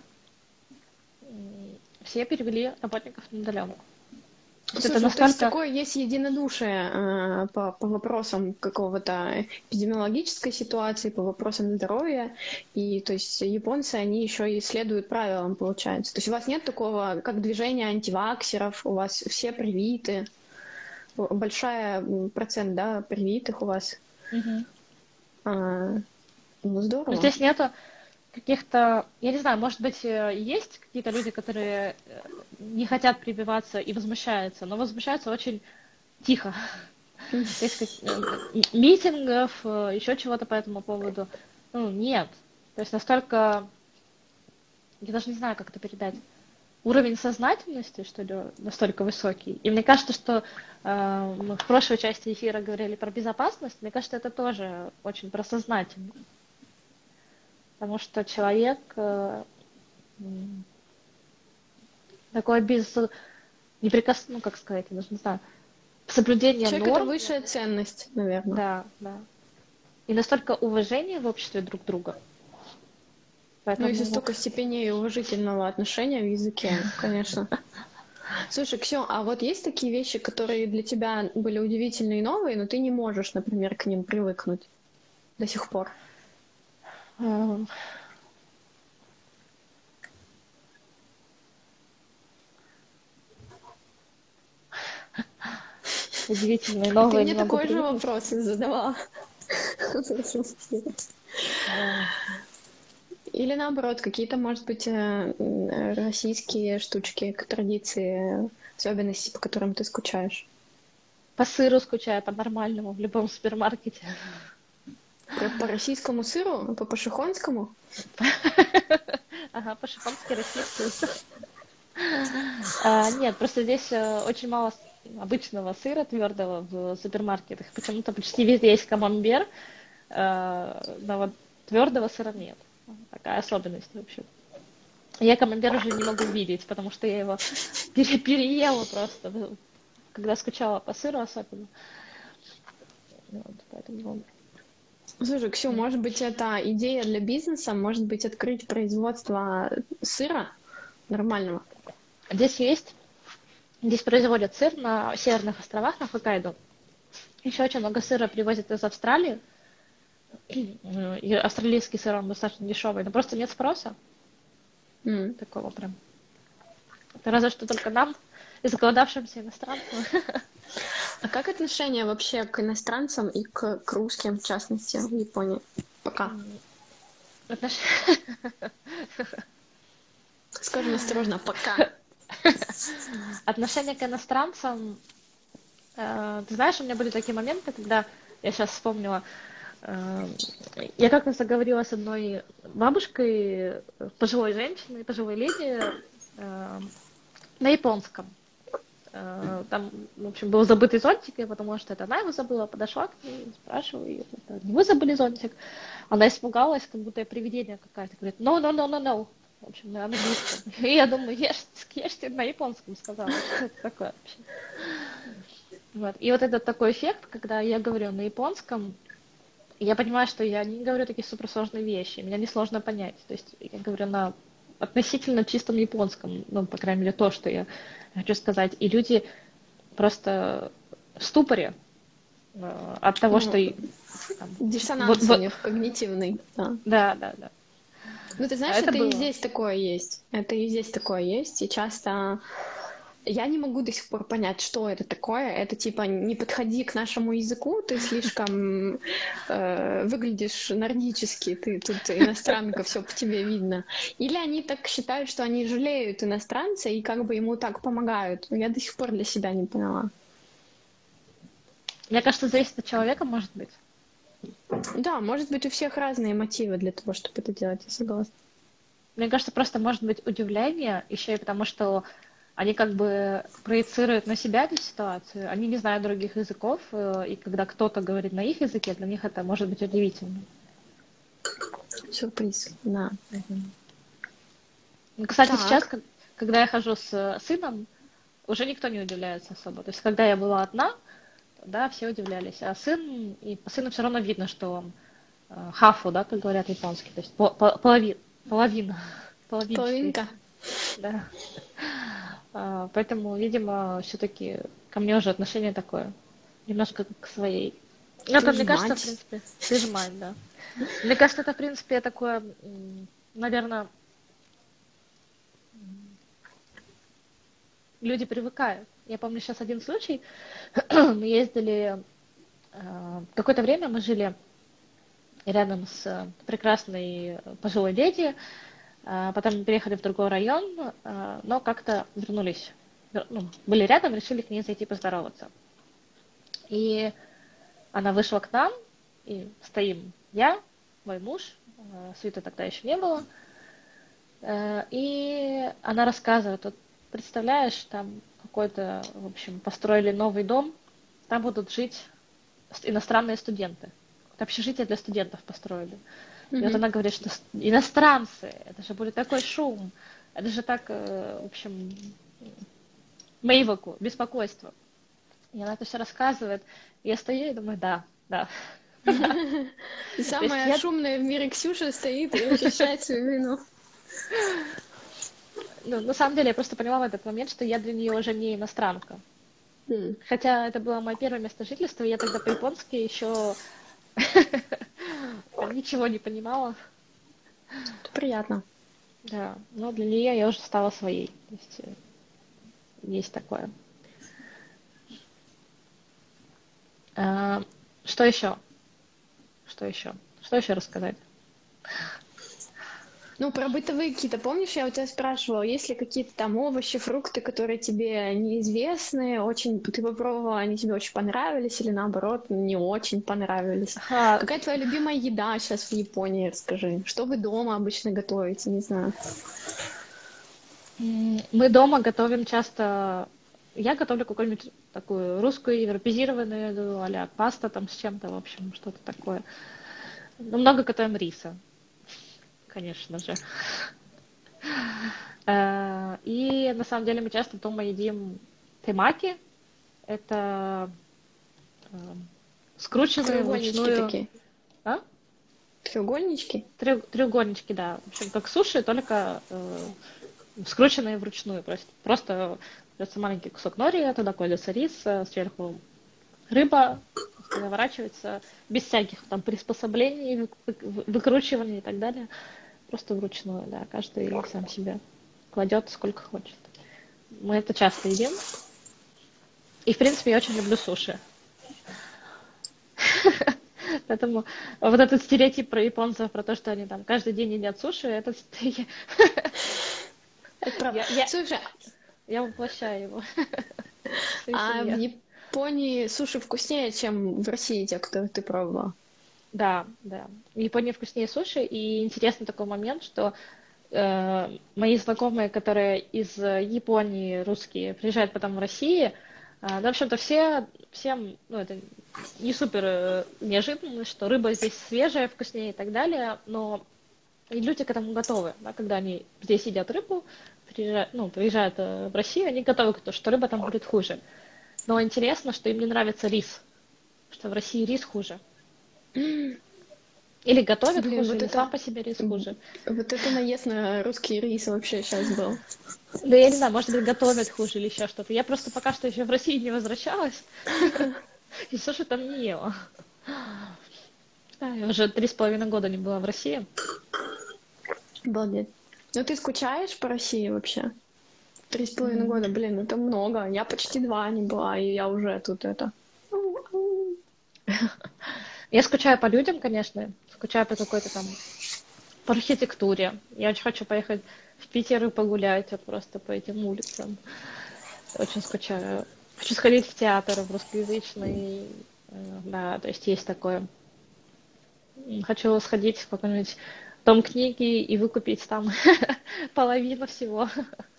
м, все перевели работников на удаленку. То есть это Слушай, ну то есть настолько... такое есть единодушие э, по, по вопросам какого-то эпидемиологической ситуации, по вопросам здоровья, и то есть японцы, они еще и следуют правилам, получается. То есть у вас нет такого, как движение антиваксеров, у вас все привиты, большая м, процент, да, привитых у вас. Мгм. А, ну Но здорово. здесь нету каких-то... Я не знаю, может быть, э, есть какие-то люди, которые э, не хотят прививаться и возмущаются, но возмущаются очень тихо. То есть как, э, м- митингов, э, еще чего-то по этому поводу. Ну, нет. То есть настолько, я даже не знаю, как это передать, уровень сознательности, что ли, настолько высокий. И мне кажется, что э, мы в прошлой части эфира говорили про безопасность, мне кажется, это тоже очень про сознательность. Потому что человек э, м, такой без неприкос... ну, как сказать, я даже не знаю, соблюдение Человек — это норм, высшая ценность, наверное. да, да. И настолько уважения в обществе друг друга. Ну, если Поэтому столько степеней уважительного отношения в языке, конечно. Слушай, Ксю, а вот есть такие вещи, которые для тебя были удивительные и новые, но ты не можешь, например, к ним привыкнуть до сих пор? э, удивительные, А ты новые, мне не могу такой же привыкнуть. вопрос задавала. Да. Или наоборот, какие-то, может быть, э, м, российские штучки, к- традиции, особенности, по которым ты скучаешь. По сыру скучаю, по нормальному в любом супермаркете. Про- По российскому сыру, по пашихонскому. Ага, по-шихонски российский. А, нет, просто здесь э, очень мало с- обычного сыра твердого в супермаркетах. Почему-то почти везде есть камамбер, э, но вот твердого сыра нет. Такая особенность, в общем. Я камамбер уже не могу видеть, потому что я его пере- переела просто, в- когда скучала по сыру особенно. Вот, поэтому... Слушай, Ксю, может быть, это идея для бизнеса, может быть, открыть производство сыра нормального? Здесь есть, здесь производят сыр на Северных островах, на Хоккайдо. Еще очень много сыра привозят из Австралии. Э, И австралийский сыр, он достаточно дешевый, но просто нет спроса М. такого прям. Это разве что только нам, изголодавшимся иностранцам. А как отношение вообще к иностранцам и к, к русским, в частности, в Японии? Пока. Отнош- Скажем осторожно, пока. Отношение к иностранцам. э, Ты знаешь, у меня были такие моменты, когда я сейчас вспомнила, э, я как-то заговорила с одной бабушкой, э, пожилой женщиной, пожилой леди, э, на японском. Э, Там, в общем, был забытый зонтик, я потому что это она его забыла, подошла к ней, спрашиваю ее, это не вы забыли зонтик? Она испугалась, как будто я привидение какая-то, говорит, no, no, no, no, no. В общем, на английском. И я думаю, ешь, ешьте на японском сказала, что это такое вообще. Вот. И вот этот такой эффект, когда я говорю на японском, я понимаю, что я не говорю такие суперсложные вещи, меня несложно понять. То есть я говорю на относительно чистом японском, ну, по крайней мере, то, что я хочу сказать. И люди просто в ступоре э, от того, что... Ну, и, там, вот, диссонанс у вот, них когнитивный, да. да, да, да. Ну, ты А знаешь, это это и было. здесь такое есть. Это и здесь такое есть. И часто я не могу до сих пор понять, что это такое. Это типа не подходи к нашему языку, ты слишком э, выглядишь нордически, ты тут иностранка, все по тебе видно. Или они так считают, что они жалеют иностранца и как бы ему так помогают. Я до сих пор для себя не поняла. Мне кажется, зависит от человека, может быть. Да, может быть, у всех разные мотивы для того, чтобы это делать, я согласна. Мне кажется, просто может быть удивление, еще и потому, что они как бы проецируют на себя эту ситуацию, они не знают других языков, э, и когда кто-то говорит на их языке, для них это может быть удивительно. Сюрприз, да. Мгм. Ну, кстати, сейчас, Так. как- когда я хожу с э, сыном, уже никто не удивляется особо. То есть, когда я была одна, да, все удивлялись. А сын, и по сыну все равно видно, что он э, хафу, да, как говорят японский, то есть по- по- полови- половина, половинчатый, Половинка. да. А, Поэтому, видимо, все-таки ко мне уже отношение такое, немножко как к своей. Ну, Ты это, ж мне кажется, в мать. принципе, ты же мать, да. Мне кажется, это, в принципе, такое, наверное, люди привыкают. Я помню сейчас один случай. Мы ездили, э, какое-то время мы жили рядом с э, прекрасной пожилой леди, э, потом переехали в другой район, э, но как-то вернулись, вер- ну, были рядом, решили к ней зайти поздороваться. И она вышла к нам, и стоим я, мой муж, э, Светы тогда еще не было, э, и она рассказывает, вот представляешь, там какой-то, в общем, построили новый дом, там будут жить с- иностранные студенты. Вот общежитие для студентов построили. И вот Мгм. она говорит, что с- иностранцы, это же будет такой шум, это же так, э, в общем, мейваку, беспокойство. И она это все рассказывает. И я стою и думаю, да, да. И То есть самая я, шумная в мире Ксюша стоит и ощущает свою вину. ну, на самом деле, я просто поняла в этот момент, что я для нее уже не иностранка. М. Хотя это было мое первое место жительства, и я тогда по-японски еще ничего не понимала. Это приятно. Да, но для нее я уже стала своей. То есть э, есть такое. А, Что еще? Что еще? Что еще рассказать? Ну, про бытовые какие-то, помнишь, я у тебя спрашивала, есть ли какие-то там овощи, фрукты, которые тебе неизвестны, очень, ты попробовала, они тебе очень понравились или наоборот, не очень понравились? Ага, Какая твоя любимая еда сейчас в Японии, расскажи? Что вы дома обычно готовите, не знаю. м, мы дома готовим часто... Я готовлю какую-нибудь такую русскую европезированную еду, а паста там с чем-то, в общем, что-то такое. Но много готовим риса, конечно же. Э, И на самом деле мы часто дома едим темаки. Это э, скрученные Треугольнички вручную... такие. А? Треугольнички? Трех- Треугольнички, да. В общем, как суши, только э, скрученные вручную. Просто, просто берется маленький кусок нори, туда кладется рис, э, сверху рыба, заворачивается без всяких там приспособлений, вы- вы- выкручиваний и так далее. Просто вручную, да. Каждый сам себе кладет сколько хочет. Мы это часто едим. И, в принципе, я очень люблю суши. Поэтому вот этот стереотип про японцев, про то, что они там каждый день едят суши, это Это правда. я, я, Слушай, я воплощаю его в своей а в семье. Японии суши вкуснее, чем в России, те, которые ты пробовала? Да, да. В Японии вкуснее суши, и интересный такой момент, что э, мои знакомые, которые из Японии, русские, приезжают потом в Россию, э, ну, в общем-то, все, всем, ну, это не супер э, неожиданно, что рыба здесь свежая, вкуснее и так далее, но и люди к этому готовы, да, когда они здесь едят рыбу, приезжают, ну, приезжают э, в Россию, они готовы к тому, что рыба там будет хуже. Но интересно, что им не нравится рис, что в России рис хуже. Или готовят Блин, хуже, вот или сам это, по себе рис м, хуже. вот это наезд на русский рис вообще сейчас был. Да я не знаю, может быть, готовят хуже или еще что-то. Я просто пока что еще в Россию не возвращалась, и суши там не ела. Да, я уже три с половиной года не была в России. Обалдеть. Ну ты скучаешь по России вообще? Три с половиной М, года, блин, это много. Я почти два не была, и я уже тут это... Я скучаю по людям, конечно, скучаю по какой-то там, по архитектуре. Я очень хочу поехать в Питер и погулять вот просто по этим улицам. Очень скучаю. Хочу сходить в театр, в русскоязычный. Э, Да, то есть есть такое. М, Хочу сходить в какой-нибудь дом книги и выкупить там половину всего.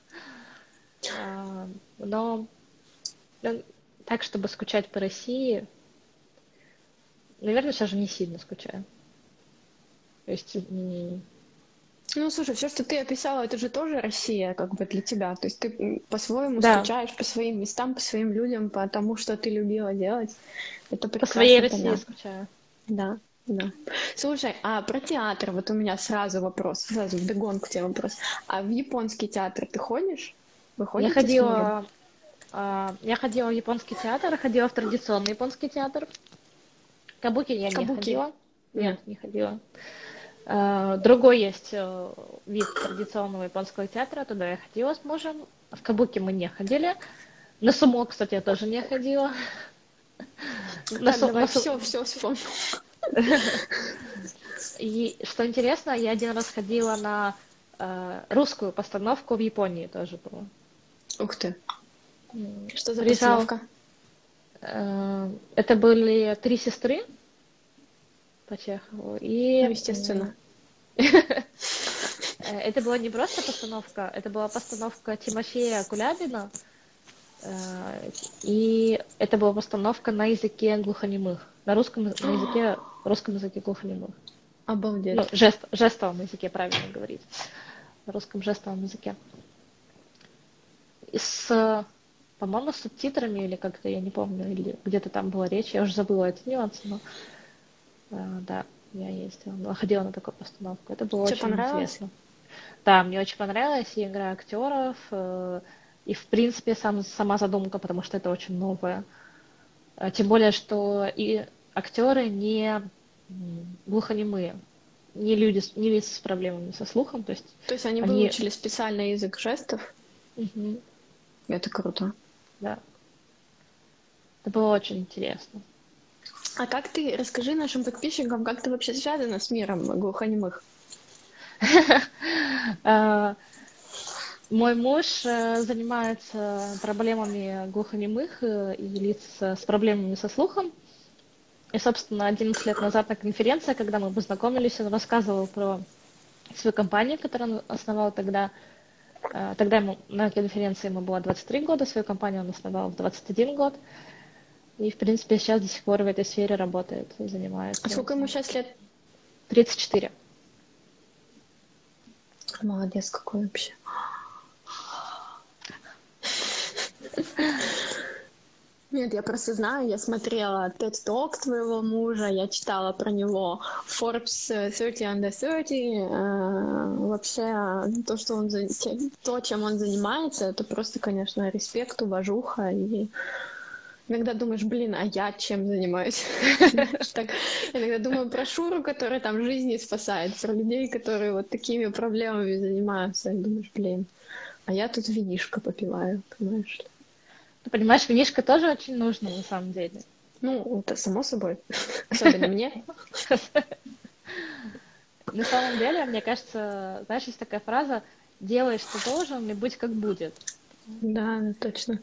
А, Но э, так, чтобы скучать по России, наверное, сейчас же не сильно скучаю. То есть, м, Ну, слушай, все, что ты описала, это же тоже Россия, как бы для тебя. То есть ты м, по-своему да, скучаешь по своим местам, по своим людям, по тому, что ты любила делать. Это по своей прекрасно России понятно. скучаю. Да, да. Слушай, а про театр, вот у меня сразу вопрос, сразу вдогонку тебе вопрос. А в японский театр ты ходишь? Вы Я ходите с мужем? ходила, а, я ходила в японский театр, ходила в традиционный японский театр. Кабуки я не Кабуки? ходила. М. Нет, не ходила. А, Другой есть э, вид традиционного японского театра, туда я ходила с мужем. В Кабуки мы не ходили. На сумо, кстати, я тоже не ходила. На Так, су- на давай су- все, все вспомнил. И что интересно, я один раз ходила на э, русскую постановку в Японии тоже было. Ух ты. М, Что за Приезжал, постановка? э, это были три сестры по Чехову, Ну, и естественно. м, э, это была не просто постановка, это была постановка Тимофея Кулябина, э, и это была постановка на языке глухонемых, на русском, на языке, русском языке глухонемых. Ну, Обалдеть. жест, жестовом языке, правильно говорить, на русском жестовом языке. И с, по-моему, с субтитрами или как-то, я не помню, или где-то там была речь, я уже забыла этот нюанс, но э, да, я ездила, ходила на такую постановку. Это было Тебе очень понравилось? интересно. Да, мне очень понравилась и игра актеров, э, и, в принципе, сам, сама задумка, потому что это очень новое. Э, Тем более, что и актеры не м, глухонемые, не люди, с- не люди с проблемами со слухом, то есть То есть они они... выучили специальный язык жестов? Мгм, Это круто. да, это было очень интересно. А как ты, расскажи нашим подписчикам, как ты вообще связана с миром глухонемых? Э, Мой муж э, занимается проблемами глухонемых э, и лиц э, с проблемами со слухом. И, собственно, одиннадцать лет назад на конференции, когда мы познакомились, он рассказывал про свою компанию, которую он основал тогда. Э, Тогда ему на конференции ему было двадцать три года, свою компанию он основал в двадцать один год. И, в принципе, сейчас до сих пор в этой сфере работает и А занимается сколько ему этим. сейчас лет? тридцать четыре. Молодец какой вообще. Нет, я просто знаю, я смотрела TED Talk твоего мужа, я читала про него Forbes э, тридцать under тридцать. э, Вообще, то, что он, за- те- то, чем он занимается, это просто, конечно, респект, уважуха. И иногда думаешь, блин, а я чем занимаюсь? Знаешь, так, иногда думаю про Шуру, которая там жизни спасает, про людей, которые вот такими проблемами занимаются. И думаешь, блин, а я тут винишко попиваю, понимаешь? Ты понимаешь, винишко тоже очень нужно на самом деле. Ну, это само собой. Особенно мне. На самом деле, мне кажется, знаешь, есть такая фраза «делай, что должен, и будь, как будет». Да, точно.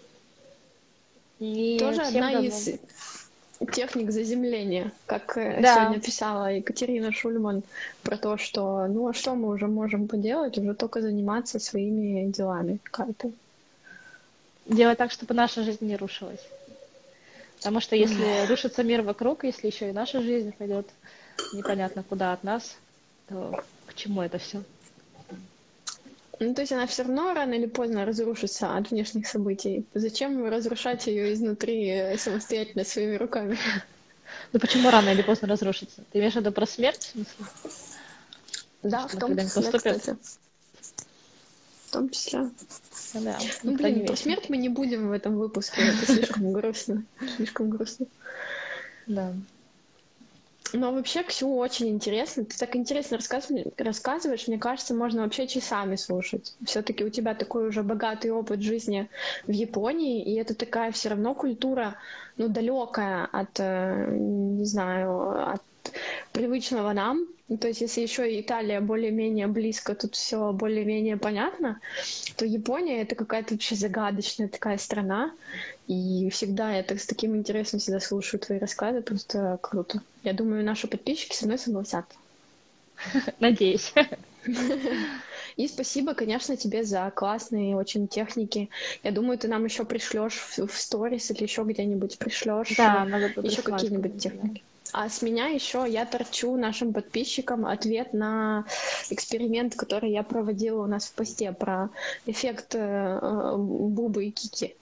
И Тоже всем одна давно... из техник заземления, как э, Да, сегодня писала Екатерина Шульман про то, что ну а что мы уже можем поделать, уже только заниматься своими делами. Как-то. делай так, чтобы наша жизнь не рушилась. Потому что если рушится мир вокруг, если еще и наша жизнь пойдет непонятно куда от нас, то к чему это все? Ну, то есть она все равно рано или поздно разрушится от внешних событий. Зачем разрушать ее изнутри э, самостоятельно своими руками? Ну почему рано или поздно разрушится? Ты имеешь в виду про смерть, в смысле? То, Да, что в она том когда-нибудь числе, наступит? кстати. В том числе. Ну да, Ну, никто не блин, про вечен. смерть мы не будем в этом выпуске. Это слишком грустно. Слишком грустно. Да. Но вообще, Ксю, очень интересно. Ты так интересно рассказываешь, рассказываешь. Мне кажется, можно вообще часами слушать. Все-таки у тебя такой уже богатый опыт жизни в Японии, и это такая все равно культура, ну, далекая от, э, не знаю, от привычного нам. Ну, то есть, если еще Италия более-менее близко, тут все более-менее понятно, то Япония это какая-то вообще загадочная такая страна. И всегда я так с таким интересом всегда слушаю твои рассказы, просто круто. Я думаю, наши подписчики со мной согласятся. Надеюсь. И спасибо, конечно, тебе за классные очень техники. Я думаю, ты нам еще пришлешь в, в сторис или еще где-нибудь пришлешь Да, надо бы еще присылать какие-нибудь куда-нибудь, да. техники. А с меня еще я торчу нашим подписчикам ответ на эксперимент, который я проводила у нас в посте про эффект э, Бубы и Кики.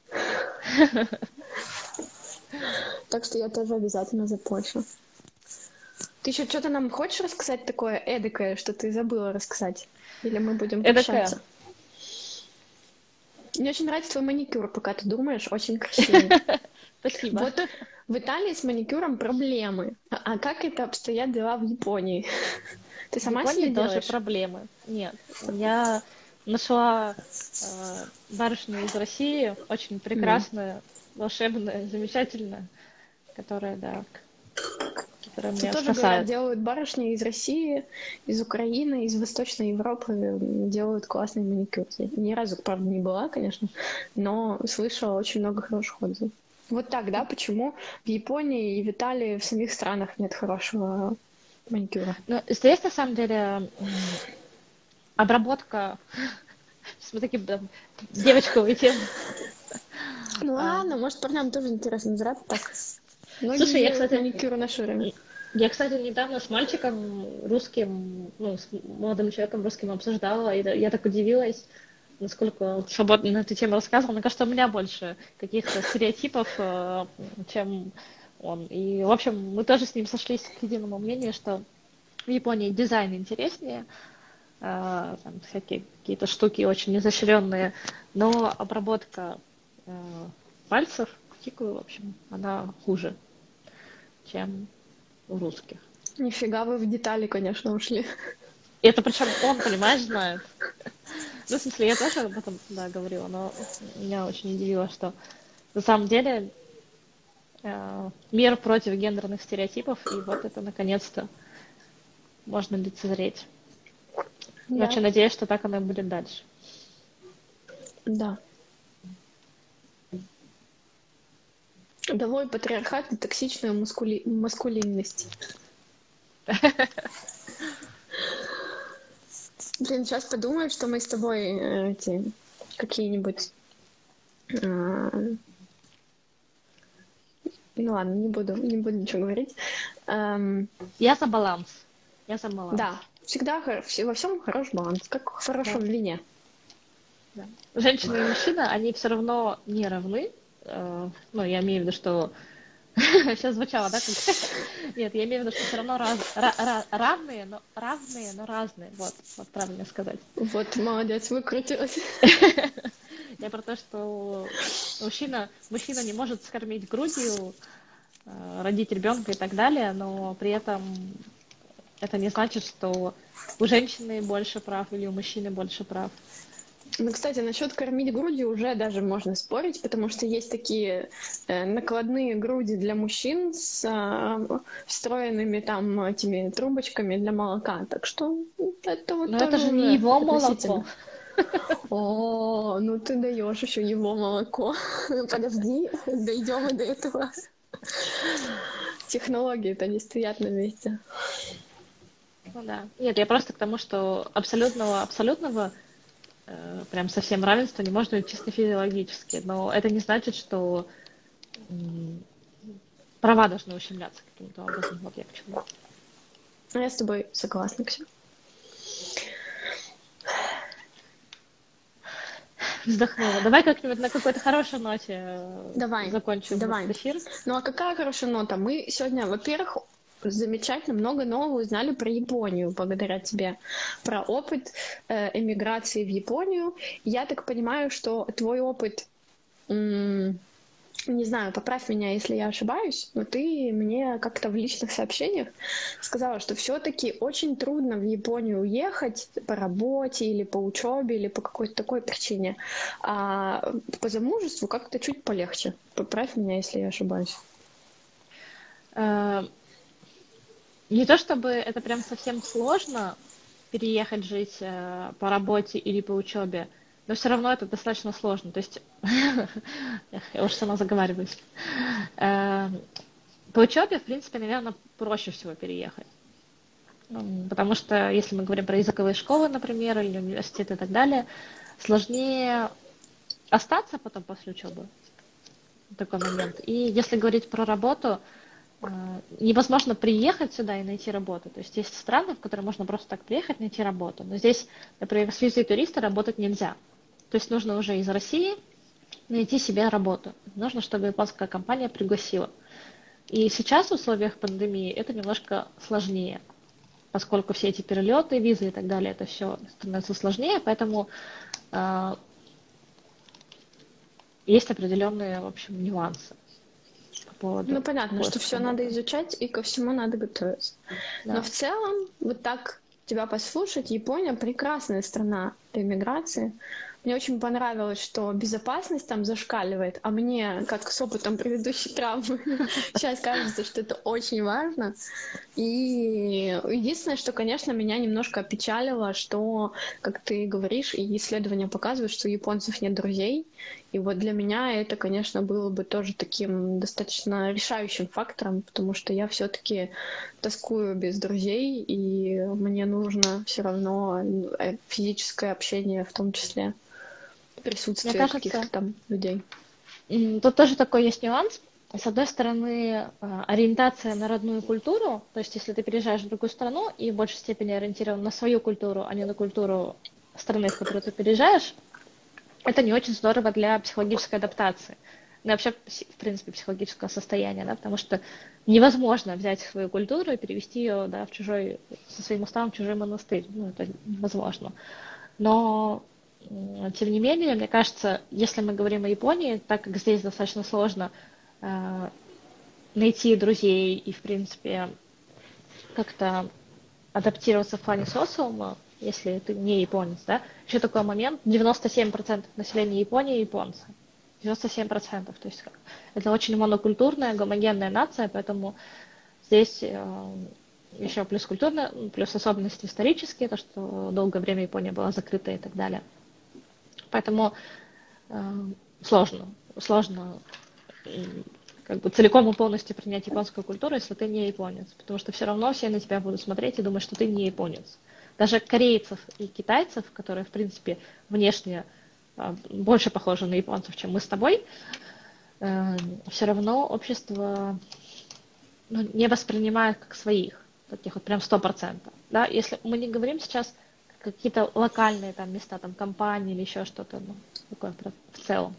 Так что я тоже обязательно запошлю. Ты еще что-то нам хочешь рассказать такое эдакое, что ты забыла рассказать? Или мы будем Эдакая. прощаться? Мне очень нравится твой маникюр, пока ты думаешь, очень красивый. Спасибо. Вот в Италии с маникюром проблемы. А, а как это обстоят дела в Японии? Ты В сама Японии себе тоже делаешь? проблемы. Нет, я нашла э, барышню из России, очень М. прекрасная, волшебная, замечательная, которая, да, которая Тут меня тоже, говорят, спасает. делают барышни из России, из Украины, из Восточной Европы, м, делают классный маникюр. Я ни разу, правда, не была, конечно, но слышала очень много хороших отзывов. Вот так, да, почему в Японии и в Италии, в самих странах нет хорошего маникюра? Но здесь, на самом деле, м, обработка с вот таким да, девочковой темой. Ну А, ладно, может, парням тоже интересно, зря ты так. Многие Слушай, я, делают кстати, маникюр на шире. я, кстати, недавно с мальчиком русским, ну, с молодым человеком русским обсуждала, и я так удивилась, насколько он свободно на эту тему рассказывал. Мне кажется, у меня больше каких-то стереотипов, э, чем он. И, в общем, мы тоже с ним сошлись к единому мнению, что в Японии дизайн интереснее, э, там всякие какие-то штуки очень изощренные, но обработка э, пальцев, кутикулы, в общем, она хуже, чем у русских. Нифига вы в детали, конечно, ушли. И это причем он, понимаешь, знает. Ну, в смысле, я тоже об этом, да, говорила, но меня очень удивило, что на самом деле э, мир против гендерных стереотипов, и вот это наконец-то можно лицезреть. Я Да, очень надеюсь, что так оно и будет дальше. да. Долой патриархат и токсичную маскули... маскулинность. Блин, сейчас подумаю, что мы с тобой э, эти какие-нибудь... э, ну ладно, не буду, не буду ничего говорить. Эм, Я за баланс. Я за баланс. да, всегда хор- вс- во всем хороший баланс, как в хорошем Да, вине. да. Женщина и мужчина, они все равно не равны. Э, Ну, я имею в виду, что сейчас звучало, да? Как... Нет, я имею в виду, что все равно раз... ра- ра- равные, но равные, но разные. Вот, вот правильно сказать. Вот, молодец, выкрутилась. Я про то, что мужчина, мужчина не может скормить грудью, э, родить ребенка и так далее, но при этом это не значит, что у женщины больше прав или у мужчины больше прав. Ну, кстати, насчет кормить грудью уже даже можно спорить, потому что есть такие э, накладные груди для мужчин с э, встроенными там этими трубочками для молока. Так что это вот Но это тоже же не уже его относительно. молоко. О, ну ты даешь еще его молоко. Подожди, дойдем и до этого. Технологии-то не стоят на месте. Ну да. Нет, я просто к тому, что абсолютного, абсолютного э, прям совсем равенства не может быть чисто физиологически. Но это не значит, что м, права должны ущемляться каким-то образом. Вот я к чему. Ну, я с тобой согласна, Ксю. Вздохнула. Давай как-нибудь на какой-то хорошей ноте э, Давай, закончим давай. этот эфир. Ну а какая хорошая нота? Мы сегодня, во-первых, замечательно много нового узнали про Японию благодаря тебе, про опыт э, эмиграции в Японию. Я так понимаю, что твой опыт, м, не знаю, поправь меня, если я ошибаюсь, но ты мне как-то в личных сообщениях сказала, что все-таки очень трудно в Японию уехать по работе или по учебе или по какой-то такой причине, а по замужеству как-то чуть полегче. Поправь меня, если я ошибаюсь. Э, Не то чтобы это прям совсем сложно переехать жить э, по работе или по учебе, но все равно это достаточно сложно. То есть эх, я уж сама заговариваюсь. Э, По учебе, в принципе, наверное, проще всего переехать. М, Потому что если мы говорим про языковые школы, например, или университеты и так далее, сложнее остаться потом после учебы, такой момент. И если говорить про работу, э, невозможно приехать сюда и найти работу. То есть есть страны, в которые можно просто так приехать, найти работу. Но здесь, например, с визой туриста работать нельзя. То есть нужно уже из России найти себе работу. Нужно, чтобы японская компания пригласила. И сейчас в условиях пандемии это немножко сложнее, поскольку все эти перелеты, визы и так далее, это все становится сложнее, поэтому э, есть определенные, в общем, нюансы по Ну, поводу понятно, что поиска все надо работы. изучать и ко всему надо готовиться. Но Да. в целом, вот так тебя послушать, Япония прекрасная страна для иммиграции. Мне очень понравилось, что безопасность там зашкаливает, а мне, как с опытом предыдущей травмы, сейчас кажется, что это очень важно. И единственное, что, конечно, меня немножко опечалило, что, как ты говоришь, и исследования показывают, что у японцев нет друзей. И вот для меня это, конечно, было бы тоже таким достаточно решающим фактором, потому что я все-таки тоскую без друзей, и мне нужно все равно э, физическое общение в том числе, Мне присутствие кажется, каких-то там людей. м, тут тоже такой есть нюанс. С одной стороны, э, ориентация на родную культуру, то есть если ты переезжаешь в другую страну и в большей степени ориентирован на свою культуру, а не на культуру страны, в которую ты переезжаешь, это не очень здорово для психологической адаптации. Ну и вообще, пси- в принципе, психологического состояния, да, потому что невозможно взять свою культуру и перевести ее, да, в чужой, со своим уставом в чужой монастырь. Ну, это невозможно. Но, м, тем не менее, мне кажется, если мы говорим о Японии, так как здесь достаточно сложно э, найти друзей и, в принципе, как-то адаптироваться в плане социума, если ты не японец, да, еще такой момент, девяносто семь процентов населения Японии японцы. девяносто семь процентов. То есть это очень монокультурная, гомогенная нация, поэтому здесь э, еще плюс культурная, плюс особенности исторические, то, что долгое время Япония была закрыта и так далее. Поэтому э, сложно, сложно как бы целиком и полностью принять японскую культуру, если ты не японец, потому что все равно все на тебя будут смотреть и думать, что ты не японец. Даже корейцев и китайцев, которые, в принципе, внешне э, больше похожи на японцев, чем мы с тобой, э, все равно общество, ну, не воспринимает как своих, таких вот прям сто процентов. Да? Если мы не говорим сейчас какие-то локальные там места, там компании или еще что-то, ну, такое в целом.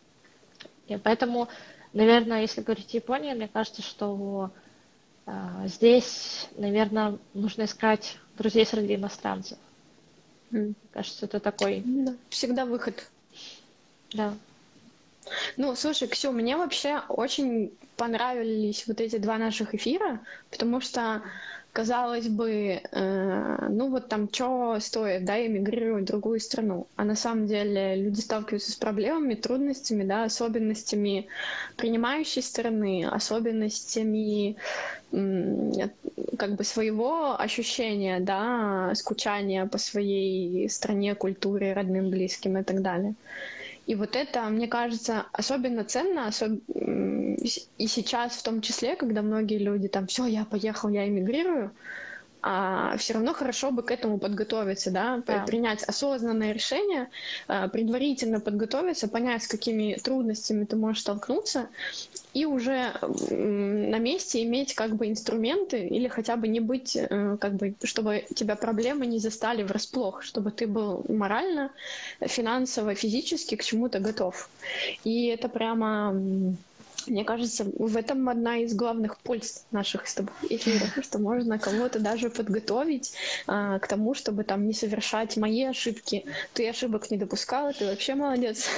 И поэтому, наверное, если говорить о Японии, мне кажется, что э, здесь, наверное, нужно искать друзей среди иностранцев. Mm. Мне кажется, это такой... Да, всегда выход. Да. Ну, слушай, Ксю, мне вообще очень понравились вот эти два наших эфира, потому что, казалось бы, э, ну вот там что стоит, да, эмигрировать в другую страну. А на самом деле люди сталкиваются с проблемами, трудностями, да, особенностями принимающей стороны, особенностями м, как бы своего ощущения, да, скучания по своей стране, культуре, родным, близким и так далее. И вот это, мне кажется, особенно ценно, особ... и сейчас в том числе, когда многие люди там, все, я поехал, я эмигрирую, а все равно хорошо бы к этому подготовиться, да, Да. принять осознанное решение, предварительно подготовиться, понять, с какими трудностями ты можешь столкнуться, и уже на месте иметь как бы инструменты или хотя бы не быть, как бы, чтобы тебя проблемы не застали врасплох, чтобы ты был морально, финансово, физически к чему-то готов. И это прямо... Мне кажется, в этом одна из главных польз наших с тобой эфиров, что можно кого-то даже подготовить а, к тому, чтобы там не совершать мои ошибки. Ты ошибок не допускала, ты вообще молодец.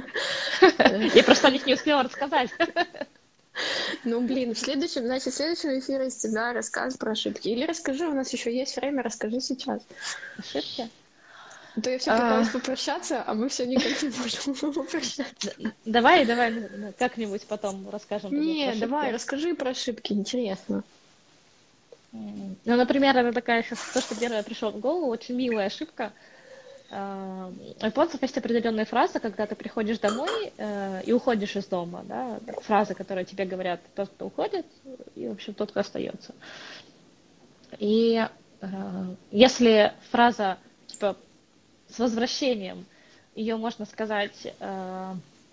Я просто о них не успела рассказать. Ну, блин, в следующем, значит, в следующем эфире из тебя рассказ про ошибки. Или расскажи, у нас еще есть время, расскажи сейчас. Ошибки? А то я все пыталась попрощаться, а мы все никак не можем попрощаться. Давай, давай, как-нибудь потом расскажем. Не, давай, расскажи про ошибки, интересно. Ну, например, это такая сейчас, то, что первое пришло в голову, очень милая ошибка. У японцев есть определенные фразы, когда ты приходишь домой э, и уходишь из дома, да, фразы, которые тебе говорят тот, кто уходит, и, в общем, тот, кто остается. И э, если фраза, типа, с возвращением, ее можно сказать, э,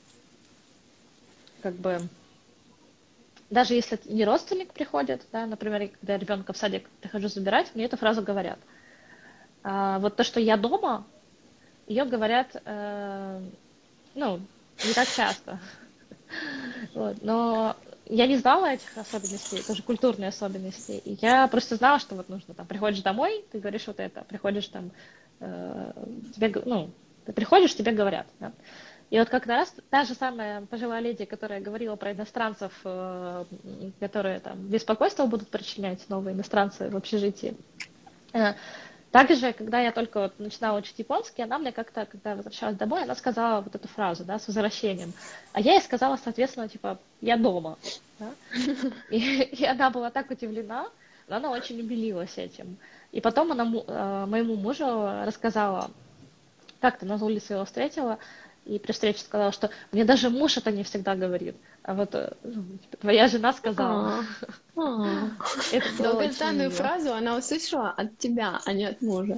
как бы, даже если не родственник приходит, да, например, когда ребенка в садик прихожу забирать, мне эту фразу говорят. А вот то, что я дома, ее говорят, э, ну, не так часто. Вот. Но я не знала этих особенностей, тоже культурные особенности. И я просто знала, что вот нужно, там, приходишь домой, ты говоришь вот это, приходишь там, э, тебе, ну, ты приходишь, тебе говорят. Да? И вот как раз та же самая пожилая леди, которая говорила про иностранцев, э, которые там беспокойство будут причинять, новые иностранцы в общежитии. Э, Также, когда я только вот начинала учить японский, она мне как-то, когда я возвращалась домой, она сказала вот эту фразу, да, с возвращением. А я ей сказала, соответственно, типа, я дома. Да? И, и она была так удивлена, но она очень умилилась этим. И потом она э, моему мужу рассказала, как-то на улице его встретила, и при встрече сказала, что мне даже муж это не всегда говорит. А вот ну, типа, твоя жена сказала. Долгожданную фразу она услышала от тебя, а не от мужа.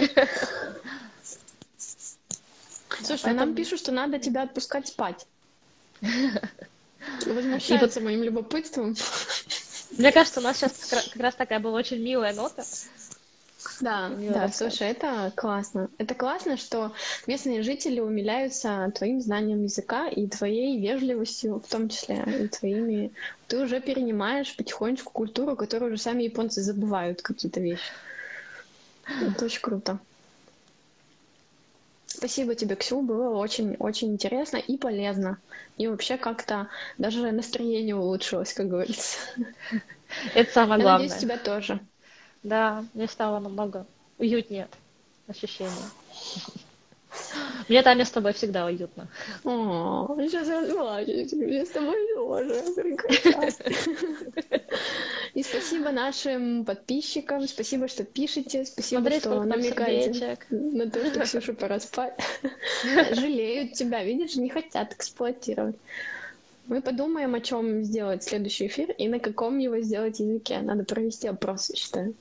Слушай, нам пишут, что надо тебя отпускать спать. Возмущаются моим любопытством. Мне кажется, у нас сейчас как раз такая была очень милая нота. Да, да, слушай, это классно. Это классно, что местные жители умиляются твоим знанием языка и твоей вежливостью, в том числе, и твоими... Ты уже перенимаешь потихонечку культуру, которую уже сами японцы забывают какие-то вещи. Это очень круто. Спасибо тебе, Ксю, было очень-очень интересно и полезно. И вообще как-то даже настроение улучшилось, как говорится. Это самое главное. Я надеюсь, у тебя тоже. Да, мне стало намного уютнее ощущение. Мне, Таня, с тобой всегда уютно. О, сейчас расплачусь. Мне с тобой тоже. Прекрасно. И спасибо нашим подписчикам. Спасибо, что пишете. Спасибо, Смотри, что сколько там намекаете сердечек. на то, что Ксюша пора спать. Жалеют тебя, видишь, не хотят эксплуатировать. Мы подумаем, о чем сделать следующий эфир и на каком его сделать языке. Надо провести опрос, я считаю.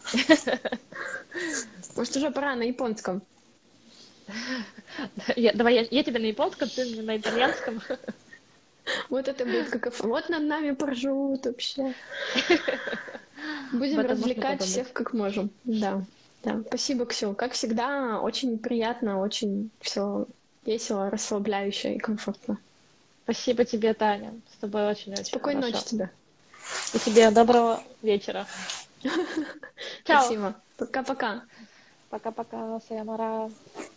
Может, уже пора на японском. Я, давай я, я тебе на японском, ты мне на итальянском. Вот это будет как вот над нами поржут вообще. Будем развлекать всех как можем. Да, да. Спасибо, Ксю. Как всегда, очень приятно, очень все весело, расслабляюще и комфортно. Спасибо тебе, Таня. С тобой очень-очень Спокойной хорошо. ночи тебе. И тебе доброго вечера. Чао. Спасибо. Пока-пока. Пока-пока. Сайонара.